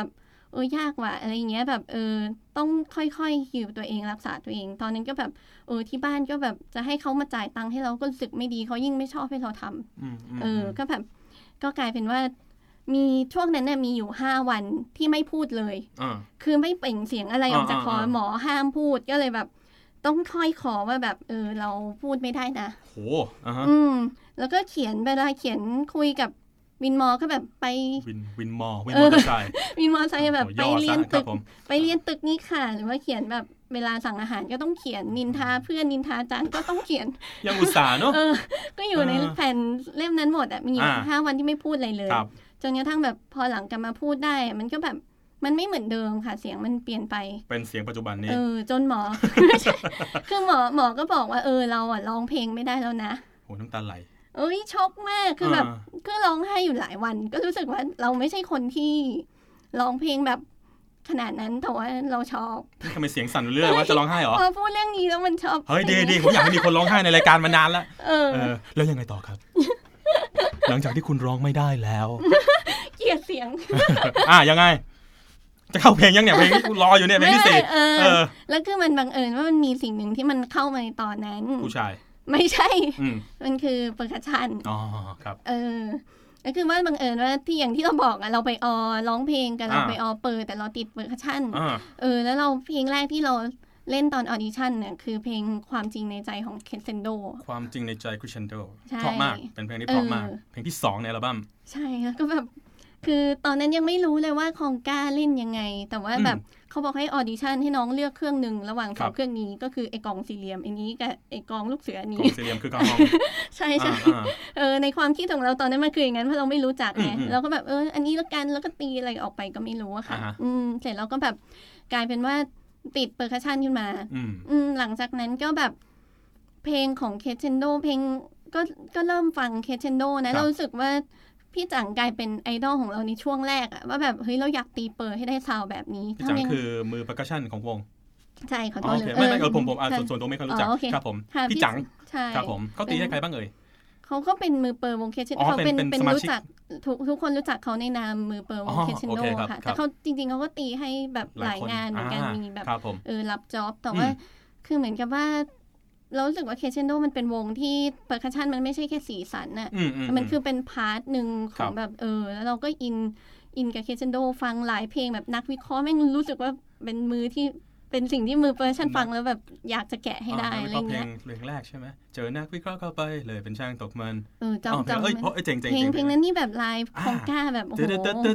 เออยากว่ะอะไรเงี้ยแบบเออต้องค่อยๆฮิวตัวเองรักษาตัวเองตอนนั้นก็แบบเออที่บ้านก็แบบจะให้เขามาจ่ายตังค์ให้เราก็รู้สึกไม่ดีเขายิ่งไม่ชอบให้เราทำเออก็แบบก็กลายเป็นว่ามีช่วงนั้นเนี่ยมีอยู่ห้าวันที่ไม่พูดเลยคือไม่เปล่งเสียงอะไรออกจากคอหมอห้ามพูดก็เลยแบบต้องค่อยขอว่าแบบเออเราพูดไม่ได้นะโอ้อ่าฮะอืมแล้วก็เขียนเวลาเขียนคุยกับวินมอก็แบบไปวินวินมอวินมอเตอร์ไซค์วินมอไซค์แบบไปเรียนตึกไปเรียนตึกนี้ค่ะหรือว่าเขียนแบบเวลาสั่งอาหารก็ต้องเขียนนินทาเพื่อนนินทาจังก็ต้องเขียนยังอุตส่าห์เนาะก็อยู่ในแผ่นเล่มนั้นหมดอ่ะมีอยู่ห้าวันที่ไม่พูดอะไรเลยจนกระทั่งแบบพอหลังกลับมาพูดได้มันก็แบบมันไม่เหมือนเดิมค่ะเสียงมันเปลี่ยนไปเป็นเสียงปัจจุบันนี้เออจนหมอ คือหมอหมอก็บอกว่าเออเราอ่ะร้องเพลงไม่ได้แล้วนะโหน้ำตาไหลเอ้ยช็อกมากคือแบบก็ร้องไห้อยู่หลายวันก็รู้สึกว่าเราไม่ใช่คนที่ร้องเพลงแบบขนาดนั้นแต่ว่าเราชอบทำไมเสียงสั่นเรื่อยว่าจะร้องไห้เหรอพอพูดเรื่องนี้แล้วมันชอบเฮ้ยดีๆผมอยากให้มีคนร้องไห้ในรายการมานานแล้วเออแล้วยังไงต่อครับ หลังจากที่คุณร้องไม่ได้แล้วเกลียดเสียงอ่ะยังไงจะเข้าเพลงยังเนี่ยเพลงที่รออยู่เนี่ยเพลงที่สี่เออแล้วคือมันบังเอิญว่ามันมีสิ่งหนึ่งที่มันเข้ามาในตอนนั้นผู้ชายไม่ใช่มันคือเปอร์คัชชันอ๋อครับเออแล้วคือว่าบังเอิญว่าที่อย่างที่เราบอกอ่ะเราไปออร้องเพลงกันเราไปออเปิดแต่เราติดเปอร์คัชชันเออแล้วเราเพลงแรกที่เราเล่นตอนออดิชั่นเนี่ยคือเพลงความจริงในใจของเคสเซนโดความจริงในใจคริสเซนโดเพราะมากเป็นเพลงที่เพราะมากเพลงที่สองในอัลบั้มใช่แล้วก็แบบคือตอนนั้นยังไม่รู้เลยว่าคองก้าเล่นยังไงแต่ว่าแบบเขาบอกให้ออดิชั่นให้น้องเลือกเครื่องหนึ่งระหว่างสองเครื่องนี้ก็คือไอ้กล่องสี่เหลี่ยมอันนี้กับไอ้กล่องลูกเสืออันนี้กล่องสี่เหลี่ยมคือกล่องใช่ใช่เออในความคิดของเราตอนนั้นมันคืออย่างนั้นเพราะเราไม่รู้จักไงเราก็แบบเอออันนี้แล้วกันแล้วก็ตีอะไรออกไปก็ไม่รู้อะค่ะอืมเสร็จแล้วก็แบบกลายเป็นว่าติดเปอร์คัชชันขึ้นมาอืมหลังจากนั้นก็แบบเพลงของเคเชนโดเพลงก็ก็เริ่มฟังเคเชนโดนะเรารู้สึกว่าพี่จังกลายเป็นไอดอลของเราในช่วงแรกอะว่าแบบเฮ้ยเราอยากตีเปิดให้ได้ซาวแบบนี้พี่จังคือมือเปอร์คัชชันของวงใช่ขอโทษเลยไม่ไม่เออผมผมส่วนส่วนตัวไม่เคยรู้จักครับผมพี่จังครับผมเขาตีให้ใครบ้างเอ่ยเขาก็เป็นมือเปิดวงเคเชนเขาเป็นเป็นรู้จักทุกทุกคนรู้จักเขาในนามมือเปิดวงเคเชนโดค่ะแต่เขาจริงๆเขาก็ตีให้แบบหลายงานเหมือนกันมีแบบเออรับจ็อบแต่ว่าคือเหมือนกับว่าเรารู้สึกว่าเคเชนโดมันเป็นวงที่เปอร์คัชชันมันไม่ใช่แค่สีสันน่ะมันคือเป็นพาร์ทหนึ่งของแบบเออแล้วเราก็อินอินกับเคเชนโดฟังหลายเพลงแบบนักวิเคราะห์แม่งรู้สึกว่าเป็นมือที่เป็นสิ่งที่มือเปอร์คัชชันฟังแล้วแบบอยากจะแกะให้ได้อะไรเงี้ยเพลงแรกใช่ไหมเจอนักวิเคราะห์เข้าไปเลยเป็นช่างตกมันเออจำจำเอ้ยเจ๋งๆเพลงเพลงนั้นนี่แบบไลฟ์ของก้าแบบโอ้โห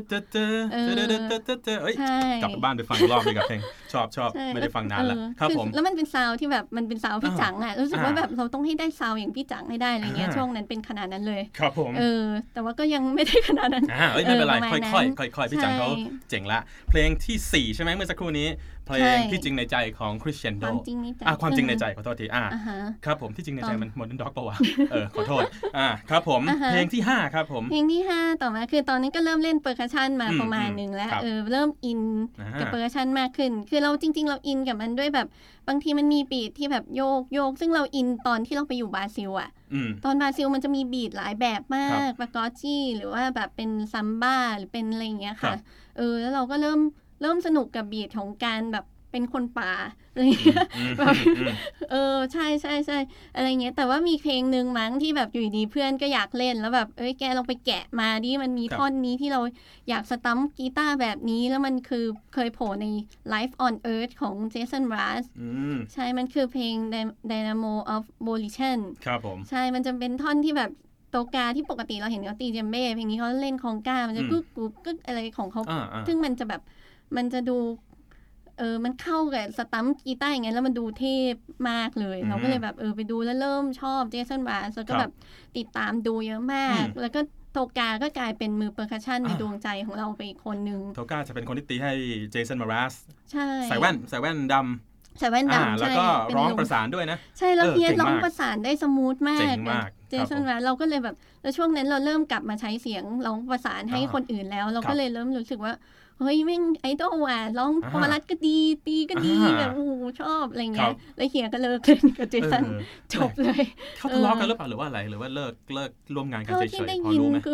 กลับบ้านไปฟังรอบนึงกับเพลงชอบชอบไม่ได้ฟังนานแล้วครับผมแล้วมันเป็นซาวที่แบบมันเป็นซาวพี่จังอ่ะรู้สึกว่าแบบเราต้องให้ได้ซาวอย่างพี่จังให้ได้อะไรเงี้ยช่วงนั้นเป็นขนาดนั้นเลยครับผมเออแต่ว่าก็ยังไม่ได้ขนาดนั้นอ่าไม่เป็นไรค่อยๆค่อยๆพี่จังเขาเจ๋งละเพลงที่สี่ใช่ไหมเมื่อสักครู่นี้เพลงที่จริงในใจของคริสเตียนโดอ่ะความจริงในใจขอโทษทีอ่ะครับผมที่จริงในใจมันโมเดิร์นด็อกป่าววะเออขอโทษอ่ะครับผมเพลงที่ห้าครับผมเพลงที่ห้าต่อมาคือตอนนี้ก็เริ่มเล่นเปอร์คัชชันมาประมาณนึงแล้วเออเริ่มอินกับเปอร์คัชชันมากขึ้นคือเราจริงๆเราอินกับมันด้วยแบบบางทีมันมีบีทที่แบบโยกโยกซึ่งเราอินตอนที่เราไปอยู่บราซิลอ่ะตอนบราซิลมันจะมีบีทหลายแบบมากปากอจี้หรือว่าแบบเป็นซัมบ้าหรือเป็นอะไรอย่างเงี้ยค่ะเออแล้วเราก็เริ่มเริ่มสนุกกับบีทของการแบบเป็นคนป่าอะไรเงี้ยแบบเออใช่ใช่ใช่อะไรเงี้ยแต่ว่ามีเพลงนึงมั้งที่แบบอยู่ดีเพื่อนก็อยากเล่นแล้วแบบเอ้ยแกลองไปแกะมาดิมันมีท่อนนี้ที่เราอยากสตัมป์กีตาร์แบบนี้แล้วมันคือเคยโผล่ใน Life on Earth ของ Jason Mraz ใช่มันคือเพลง Dynamo of Volition ครับผมใช่มันจะเป็นท่อนที่แบบโตกาที่ปกติเราเห็นเขาตีเจมเบ้เพลงนี้เขาเล่นคองก้ามันจะกึกกึกกึกอะไรของเขาซึ่งมันจะแบบมันจะดูเออมันเข้ากับสตัมป์กีตาร์อย่างเงี้ยแล้วมันดูเทพมากเลยเราก็เลยแบบเออไปดูแล้วเริ่มชอบเจสันบราสแล้วก็แบบติดตามดูเยอะมากแล้วก็โตกาก็กลายเป็นมือเปอร์คัชชันในดวงใจของเราไปอีกคนนึงโตกาจะเป็นคนที่ตีให้เจสันบราสใช่ใส่แว่นใส่แว่นดำใส่แว่นดำแล้วก็ร้องประสานด้วยนะใช่แล้วเฮียร้องประสานได้สมูทมากเจสันบราสเราก็เลยแบบแล้วช่วงนั้นเราเริ่มกลับมาใช้เสียงร้องประสานให้คนอื่นแล้วเราก็เลยเริ่มรู้สึกว่าเฮ้ยแม่งไอดอลว่ะร้องคอรัสก็ดีตีก็ดีแบบโอ้ชอบอะไรเงี้ยแล้วเฮียก็เลิกเล่นกับเจสันจบเลยเขาทะเลาะกันหรือเปล่าหรือว่าอะไรหรือว่าเลิกเลิกร่วมงานกันเฉยๆพอรู้ไหมคือ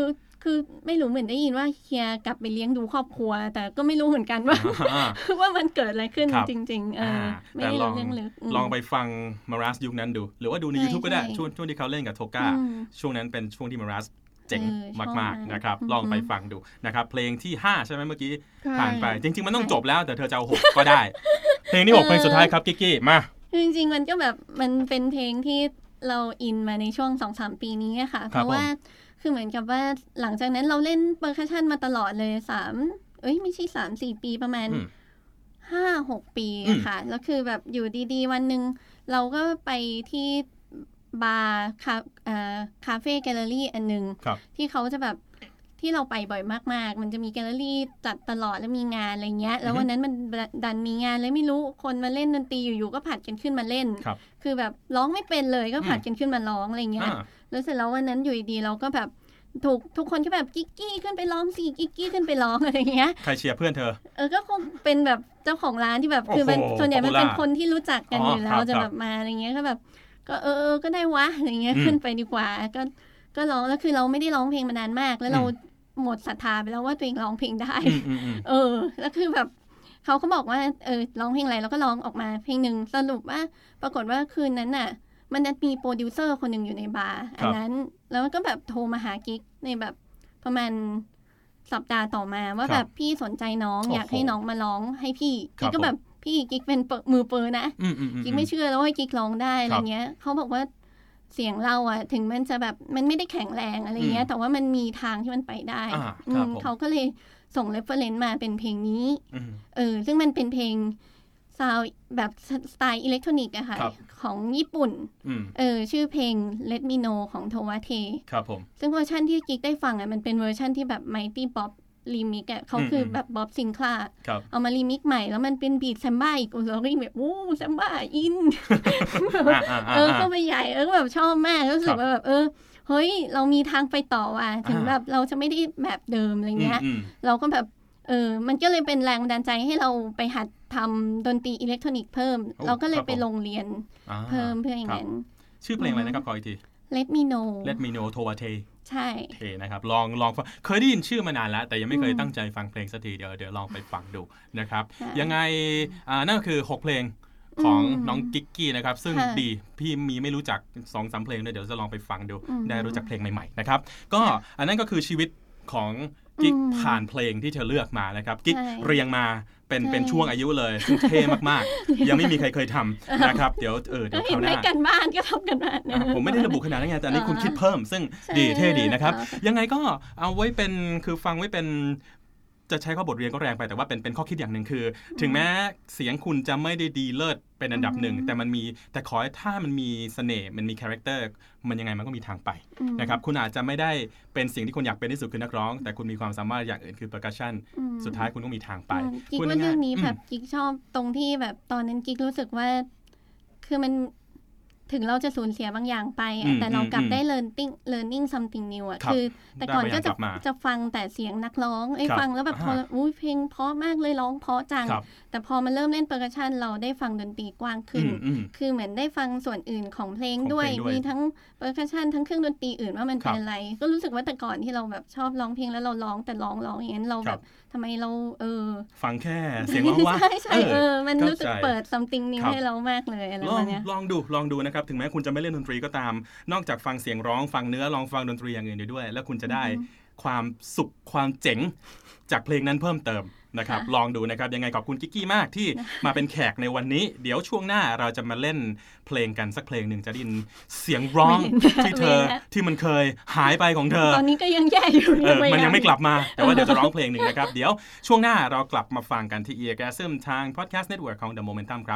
คือไม่รู้เหมือนได้ยินว่าเฮียกลับไปเลี้ยงดูครอบครัวแต่ก็ไม่รู้เหมือนกันว่า ว่ามันเกิดอะไรขึ้นจริงๆเออไม่ได้รู้เรื่องลึกลองไปฟังมารัสยุคนั้นดูหรือว่าดูใน YouTube ก็ได้ช่วงช่วงที่เขาเล่นกับโทก้าช่วงนั้นเป็นช่วงที่มารัสเจ๋งมากๆนะครับลองไปฟังดูนะครับเพลงที่ห้าใช่ไหมเมื่อกี้ผ่านไปจริงๆมันต้องจบแล้วแต่เธอจะเอาหกก็ได้เพลงที่หกเพลงสุดท้ายครับกิ๊กกี้มาจริงๆมันก็แบบมันเป็นเพลงที่เราอินมาในช่วง สองถึงสาม ปีนี้ค่ะเพราะว่าคือเหมือนกับว่าหลังจากนั้นเราเล่นเปอร์คัชชั่นมาตลอดเลยสามเอ้ยไม่ใช่ สามถึงสี่ ปีประมาณ ห้าถึงหก ปีค่ะแล้วคือแบบอยู่ดีๆวันนึงเราก็ไปที่บาร์คาเอ่อคาเฟ่แกลเลอรี่อันนึงที่เขาจะแบบที่เราไปบ่อยมากๆมันจะมีแกลเลอรี่จัดตลอดแล้วมีงานอะไรเงี้ยแล้ววันนั้นมันดันมีงานเลยไม่รู้คนมาเล่นดนตรีอยู่ๆก็ผัดกันขึ้นมาเล่นคือแบบร้องไม่เป็นเลยก็ผัดกันขึ้นมาร้องอะไรเงี้ยแล้วเสร็จแล้ววันนั้นอยู่ดีเราก็แบบถูกทุกคนก็แบบกิ๊กกี้ขึ้นไปร้องสิกิ๊กกี้ขึ้นไปร้องอะไรเงี้ยใครเชียร์เพื่อนเธอเออก็คงเป็นแบบเจ้าของร้านที่แบบคือมันส่วนใหญ่มันเป็นคนที่รู้จักกันอยู่แล้วจะแบบมาอะไรเงี้ยก็แบบก็เออก็ได้วะอะไรเงี้ยขึ้นไปดีกว่าก็ก็ร้องแล้วคือเราไม่ได้ร้องเพลงมานานมากแล้วเราหมดศรัทธาไปแล้วว่าตัวเองร้องเพลงได้เออแล้วคือแบบเขาก็บอกว่าเออร้องเพลงอะไรแล้วก็ร้องออกมาเพลงนึงสรุปว่าปรากฏว่าคืนนั้นน่ะมันมีโปรดิวเซอร์คนหนึ่งอยู่ในบาร์อันนั้นแล้วก็แบบโทรมาหากิ๊กในแบบประมาณสัปดาห์ต่อมาว่าแบบพี่สนใจน้องอยากให้น้องมาร้องให้พี่กิ๊กก็แบบพี่กิ๊กเป็นมือเปอร์นะกิ๊กไม่เชื่อแล้วว่ากิ๊กร้องได้อะไรเงี้ยเขาบอกว่าเสียงเราอ่ะถึงมันจะแบบมันไม่ได้แข็งแรงอะไรเงี้ยแต่ว่ามันมีทางที่มันไปได้เขาก็เลยส่งเรฟเฟอเรนซ์มาเป็นเพลงนี้เออซึ่งมันเป็นเพลงซาวด์แบบสไตล์อิเล็กทรอนิกส์อะค่ะของญี่ปุ่นเออชื่อเพลง Let Me Know ของโทวะเทครับผมซึ่งเวอร์ชันที่กิ๊กได้ฟังอะมันเป็นเวอร์ชันที่แบบ Mighty Bob รีมิกอ่ะเขาคือแบบบ๊อบซิงคลาเอามารีมิกใหม่แล้วมันเป็นบีทแซมบ้าอีกโอ้โหแบบโอ้แซมบ้าอินเออก็ไปใหญ่เออแบบชอบมากรู้สึกว่าแบบเออเฮ้ยเรามีทางไปต่อว่ะถึงแบบเราจะไม่ได้แบบเดิมอะไรเงี้ยเราก็แบบเออมันก็เลยเป็นแรงบันดาลใจให้เราไปหัดทำดนตรีอิเล็กทรอนิกส์เพิ่มเราก็เลยไปลงเรียนเพิ่มเพื่ออย่างนั้นชื่อเพลงอะไรนะครับขออีกที Let Me Know Let Me Know โทวะเทใช่เทนะครับลองลองฟังเคยได้ยินชื่อมานานแล้วแต่ยังไม่เคยตั้งใจฟังเพลงสักทีเดี๋ยวเดี๋ยวลองไปฟังดูนะครับยังไงอ่านั่นก็คือหกเพลงของน้องกิ๊กกี้นะครับซึ่งดีพี่มีไม่รู้จัก สองสาม เพลงด้วยเดี๋ยวจะลองไปฟังดูได้รู้จักเพลงใหม่ๆนะครับก็อันนั้นก็คือชีวิตของกิ๊กผ่านเพลงที่เธอเลือกมานะครับกิ๊กเรียงมาเป็นเป็นช่วงอายุเลยซึ่งเท่มากๆยังไม่มีใครเคยทำนะครับเดี๋ยวเออเดี๋ยวคราวหน้ากันบ้านก็ทำกันบ้านผมไม่ได้ระบุขนาดนั้นไงแต่อันนี้คุณคิดเพิ่มซึ่งดีเท่ดีนะครับยังไงก็เอาไว้เป็นคือฟังไว้เป็นจะใช้ข้อบทเรียนก็แรงไปแต่ว่าเป็นเป็นข้อคิดอย่างหนึ่งคือถึงแม้เสียงคุณจะไม่ได้ดีเลิศเป็นอันดับหนึ่งแต่มันมีแต่ขอให้ถ้ามันมีเสน่ห์มันมีคาแรคเตอร์มันยังไงมันก็มีทางไปนะครับคุณอาจจะไม่ได้เป็นสิ่งที่คุณอยากเป็นที่สุดคือนักร้องแต่คุณมีความสามารถอย่างอื่นคือเพอร์คัชชั่นสุดท้ายคุณก็มีทางไปกิ๊กว่าเรื่องนี้แบบกิ๊กชอบตรงที่แบบตอนนั้นกิ๊กรู้สึกว่าคือมันถึงเราจะสูญเสียบางอย่างไปแต่เรากลับได้ learning learning something new อ่ะคือแต่ก่อนก็จะจะฟังแต่เสียงนักร้องไอ้ฟังแล้วแบบพออุ้ยเพลงเพราะมากเลยร้องเพราะจังแต่พอมาเริ่มเล่นเปอร์คัชชั่นเราได้ฟังดนตรีกว้างขึ้นคือเหมือนได้ฟังส่วนอื่นของเพลงด้วยมีทั้งเปอร์คัชชั่นทั้งเครื่องดนตรีอื่นว่ามันเป็นอะไรก็รู้สึกว่าแต่ก่อนที่เราแบบชอบร้องเพลงแล้วเราร้องแต่ร้องร้องอย่างนั้นเราแบบทำไมเราเออฟังแค่เสียงร้องว่าใช่ใช่เออมันรู้สึกเปิด something new ให้เรามากเลยอะไรแบบนี้ลองดูลองดูนะครับถึงแม้คุณจะไม่เล่นดนตรีก็ตามนอกจากฟังเสียงร้องฟังเนื้อลองฟังดนตรีอย่างอื่นด้วยแล้วคุณจะได้ความสุขความเจ๋งจากเพลงนั้นเพิ่มเติมนะครับลองดูนะครับยังไงขอบคุณกิ๊กกี้มากที่มาเป็นแขกในวันนี้เดี๋ยวช่วงหน้าเราจะมาเล่นเพลงกันสักเพลงหนึ่งจะได้ยินเสียงร้องที่เธอที่มันเคยหายไปของเธอตอนนี้ก็ยังแย่อยู่มันยังไม่กลับมาแต่ว่าเดี๋ยวจะร้องเพลงหนึ่งนะครับเดี๋ยวช่วงหน้าเรากลับมาฟังกันที่ Eargasm ทาง Podcast Network ของ The Momentum ครับ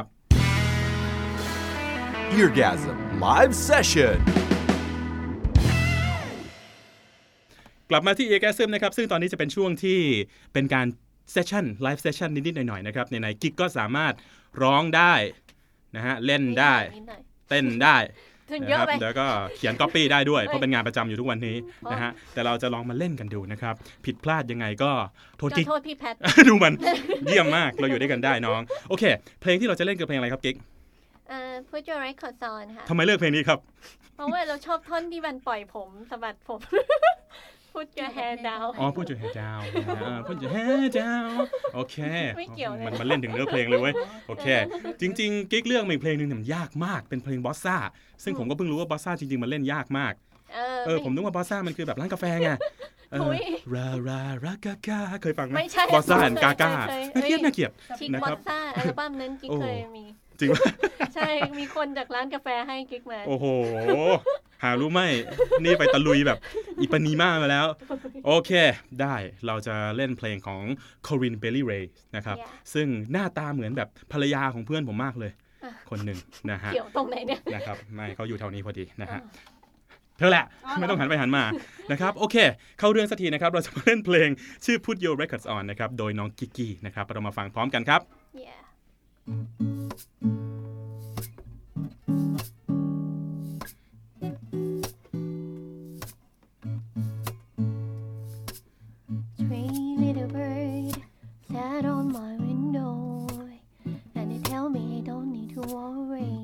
Eargasm Live Session กลับมาที่ Eargasm นะครับซึ่งตอนนี้จะเป็นช่วงที่เป็นการเซสชั่นไลฟ์เซสชั่นนิดๆหน่อยๆนะครับในๆกิ๊กก็สามารถร้องได้นะฮะเล่นได้เต้นได้นะครับแล้วก็เขียนก๊อปปี้ได้ด้วยเพราะเป็นงานประจำอยู่ทุกวันนี้นะฮะแต่เราจะลองมาเล่นกันดูนะครับผิดพลาดยังไงก็โทษกิ๊กโทษพี่แพทดูมันเยี่ยมมากเราอยู่ด้วยกันได้น้องโอเคเพลงที่เราจะเล่นคือเพลงอะไรครับกิ๊กเอ่อ Put Your Records On ค่ะทำไมเลือกเพลงนี้ครับเพราะว่าเราชอบท่อนที่มันปล่อยผมสะบัดผม Put your hair down อ๋อ Put your hair down Put your hair down โอเคไม่เกี่ยวเลยมันมันเล่นถึงเนื้อเพลงเลยเว้ยโอเคจริงๆกิ๊กเลือกเพลงนึงเนี่ยมันยากมากเป็นเพลงบอสซ่าซึ่งผมก็เพิ่งรู้ว่าบอสซ่าจริงๆมันเล่นยากมากเออผมนึกว่าบอสซ่ามันคือแบบร้านกาแฟไงรารา รากากาเคยฟังไหมบอสซ่าแอนกากาน่าเกลียดน่าเกลียดนะครับบอสซ่าอัลบั้มนั้นกิ๊กเคยมีจริงป่ะใช่มีคนจากร้านกาแฟให้กิ๊กมาโอ้โหหารู้ไหมนี่ไปตะลุยแบบอีปานีมามาแล้วโอเคได้เราจะเล่นเพลงของ Corinne Bailey Rae นะครับซึ่งหน้าตาเหมือนแบบภรรยาของเพื่อนผมมากเลยคนหนึ่งนะฮะเกี่ยวตรงไหนเนี่ยนะครับไม่เขาอยู่แถวนี้พอดีนะฮะเธอแหละไม่ต้องหันไปหันมานะครับโอเคเข้าเรื่องสักทีนะครับเราจะมาเล่นเพลงชื่อ Put Your Records On นะครับโดยน้องกิกกี้นะครับเรามาฟังพร้อมกันครับ yeah. Three little bird sat on my window and they tell me I don't need to worry.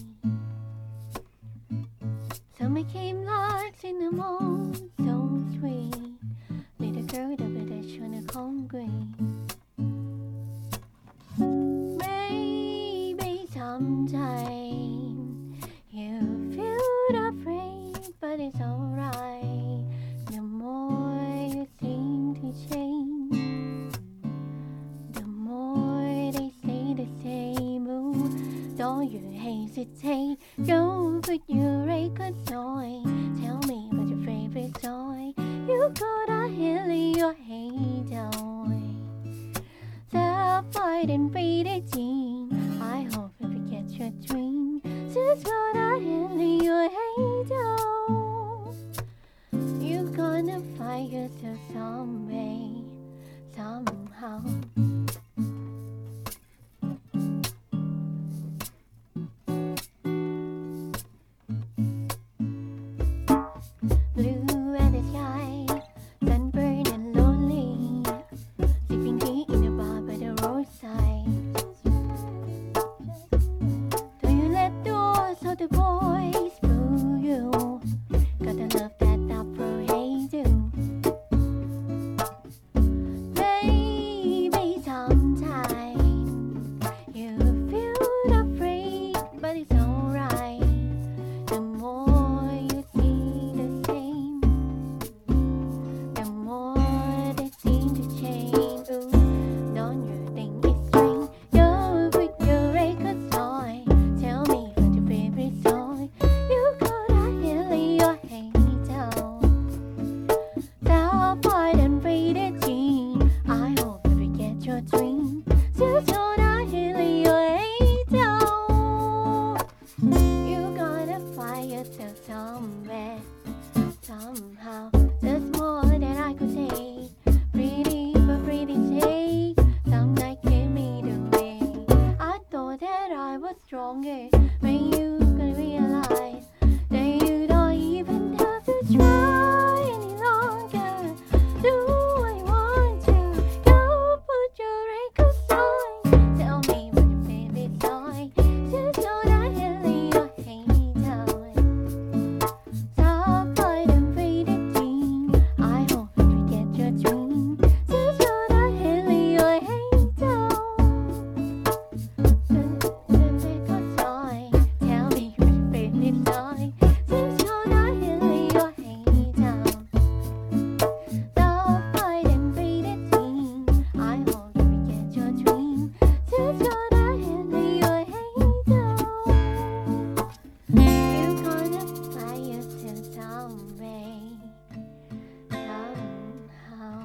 Summer came like cinnamon, so sweet. Little girl up at the on the concrete. Maybe sometime you feel afraid, but it's alright. The more you seem to change, the more they stay the same. Ooh, don't you hesitate? Don't put your records on. Tell me what's your favorite song. You got a hill in your head on. Sapphire and faded jean. I hope you forget your dream. Just got a hill in your head on. You gonna find yourself someday, somehow. Blue at the sky, sunburned and lonely, sipping tea in a bar by the roadside. Don't you let doors of the boys fool you? Gotta love that Afro hate you. Maybe sometime you feel afraid, but it's alright. The more you see the same, the more they seem to change. Ooh, don't you think it's strange? Don't put your records on. Tell me what's your favorite song. You got a hill in your head down. Sapphire and faded jean. I hope you forget your dream. Just got a hill in your head down. You gotta find yourself somewhere, somehow. There's more that I could say. Pretty but pretty shade. Some night gave me the way. I thought that I was stronger. When you gonna realize that you don't even have to try any longer. Do I want to? Go put your records on. Tell me what's your favorite song. Just know that hill in your head down. Sapphire and faded jean. I hope you forget your dream. Just know that hill in your head down. Records on. Tell me what's your favorite song. Just know that hill in your head down. Sapphire and faded jean. I hope you forget your dream. Just know that hill in your head down. You gonna find yourself someday, somehow.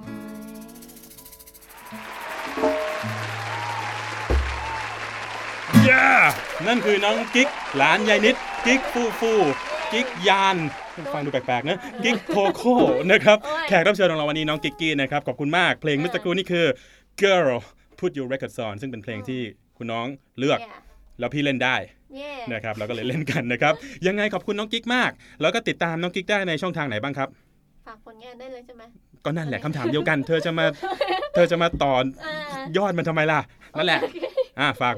yeah! นั่นคือน้องกิ๊กหลานยายนิดกิ๊กฟูฟูกิ๊กยานฟังดูแปลกๆนะกิ๊กโคโค่นะครับแขกรับเชิญของเราวันนี้น้องกิ๊กกี้นะครับขอบคุณมากเพลงเมื่อสักครู่นี่คือ Girl Put Your Records On ซึ่งเป็นเพลงที่คุณน้องเลือก Yeah. แล้วพี่เล่นได้ Yeah. นะครับเราก็เลยเล่นกันนะครับยังไงขอบคุณน้องกิ๊กมากแล้วก็ติดตามน้องกิ๊กได้ในช่องทางไหนบ้างครับฝากผลงานได้เลยใช่ไหมก็นั่นแหละคำถามเดียวกันเธอจะมาเธอจะมาต่อยอดมันทำไมล่ะนั่นแหละอ่ะฝากมา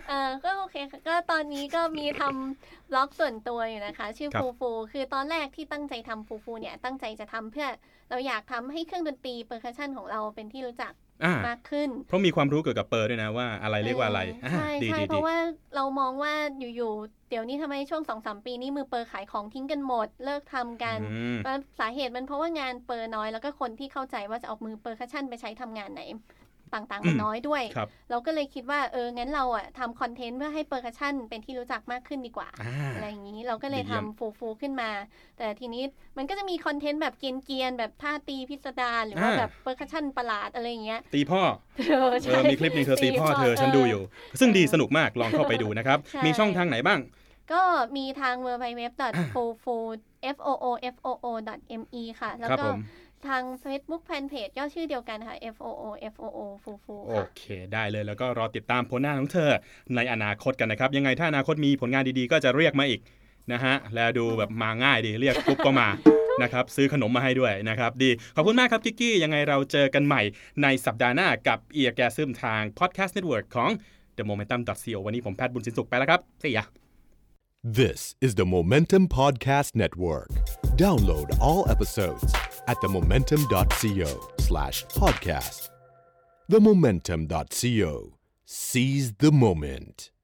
เออก็โอเคค่ะก็ตอนนี้ก็มีทำบล็อกส่วนตัวอยู่นะคะชื่อฟูฟูคือตอนแรกที่ตั้งใจทำฟูฟูเนี่ยตั้งใจจะทำเพื่อเราอยากทำให้เครื่องดนตรีเปอร์คัชชั่นของเราเป็นที่รู้จักมากขึ้นเพราะมีความรู้เกี่ยวกับเปอร์ด้วยนะว่าอะไรเรียกว่าอะไรใช่ใช่เพราะว่าเรามองว่าอยู่ๆเดี๋ยวนี้ทำไมช่วง สองสาม ปีนี้มือเปอร์ขายของทิ้งกันหมดเลิกทำกันสาเหตุมันเพราะว่างานเปอร์น้อยแล้วก็คนที่เข้าใจว่าจะเอามือเปอร์คัชชั่นไปใช้ทำงานไหนต่างๆมันน้อยด้วยเราก็เลยคิดว่าเอองั้นเราอ่ะทำคอนเทนต์เพื่อให้เปอร์คัชชั่นเป็นที่รู้จักมากขึ้นดีกว่า อ, อะไรอย่างนี้เราก็เลยทำฟูฟูขึ้นมาแต่ทีนี้มันก็จะมีคอนเทนต์แบบเกรียนๆแบบท่าตีพิสดารหรือว่าแบบเปอร์คัชชั่นประหลาดอะไรอย่างเงี้ยตีพ่อเออมีคลิปนึงเธอตีพ่อเธอฉันดูอยู่ซึ่งดีสนุกมากลองเข้าไปดูนะครับมีช่องทางไหนบ้างก็มีทาง ดับเบิลยู ดับเบิลยู ดับเบิลยู ดอท ฟูฟู ดอท เอ็ม อี ค่ะแล้วก็ทาง Facebook Fanpage ก็ชื่อเดียวกันค่ะ เอฟ โอ โอ เอฟ โอ โอ ฟูฟูโอเคได้เลยแล้วก็รอติดตามผลงานของเธอในอนาคตกันนะครับยังไงถ้าอนาคตมีผลงานดีๆก็จะเรียกมาอีกนะฮะแล้วดูแบบมาง่ายดีเรียกปุ๊บก็มานะครับซื้อขนมมาให้ด้วยนะครับดีขอบคุณมากครับกิกกี้ยังไงเราเจอกันใหม่ในสัปดาห์หน้ากับ Eargasm ทาง Podcast Network ของ The Momentum ดอท ซี โอ วันนี้ผมแพทย์บุญสินสุขไปแล้วครับSee ya This is the Momentum Podcast Network. Download all episodes at the momentum dot co slash podcast. the momentum dot co. Seize the moment.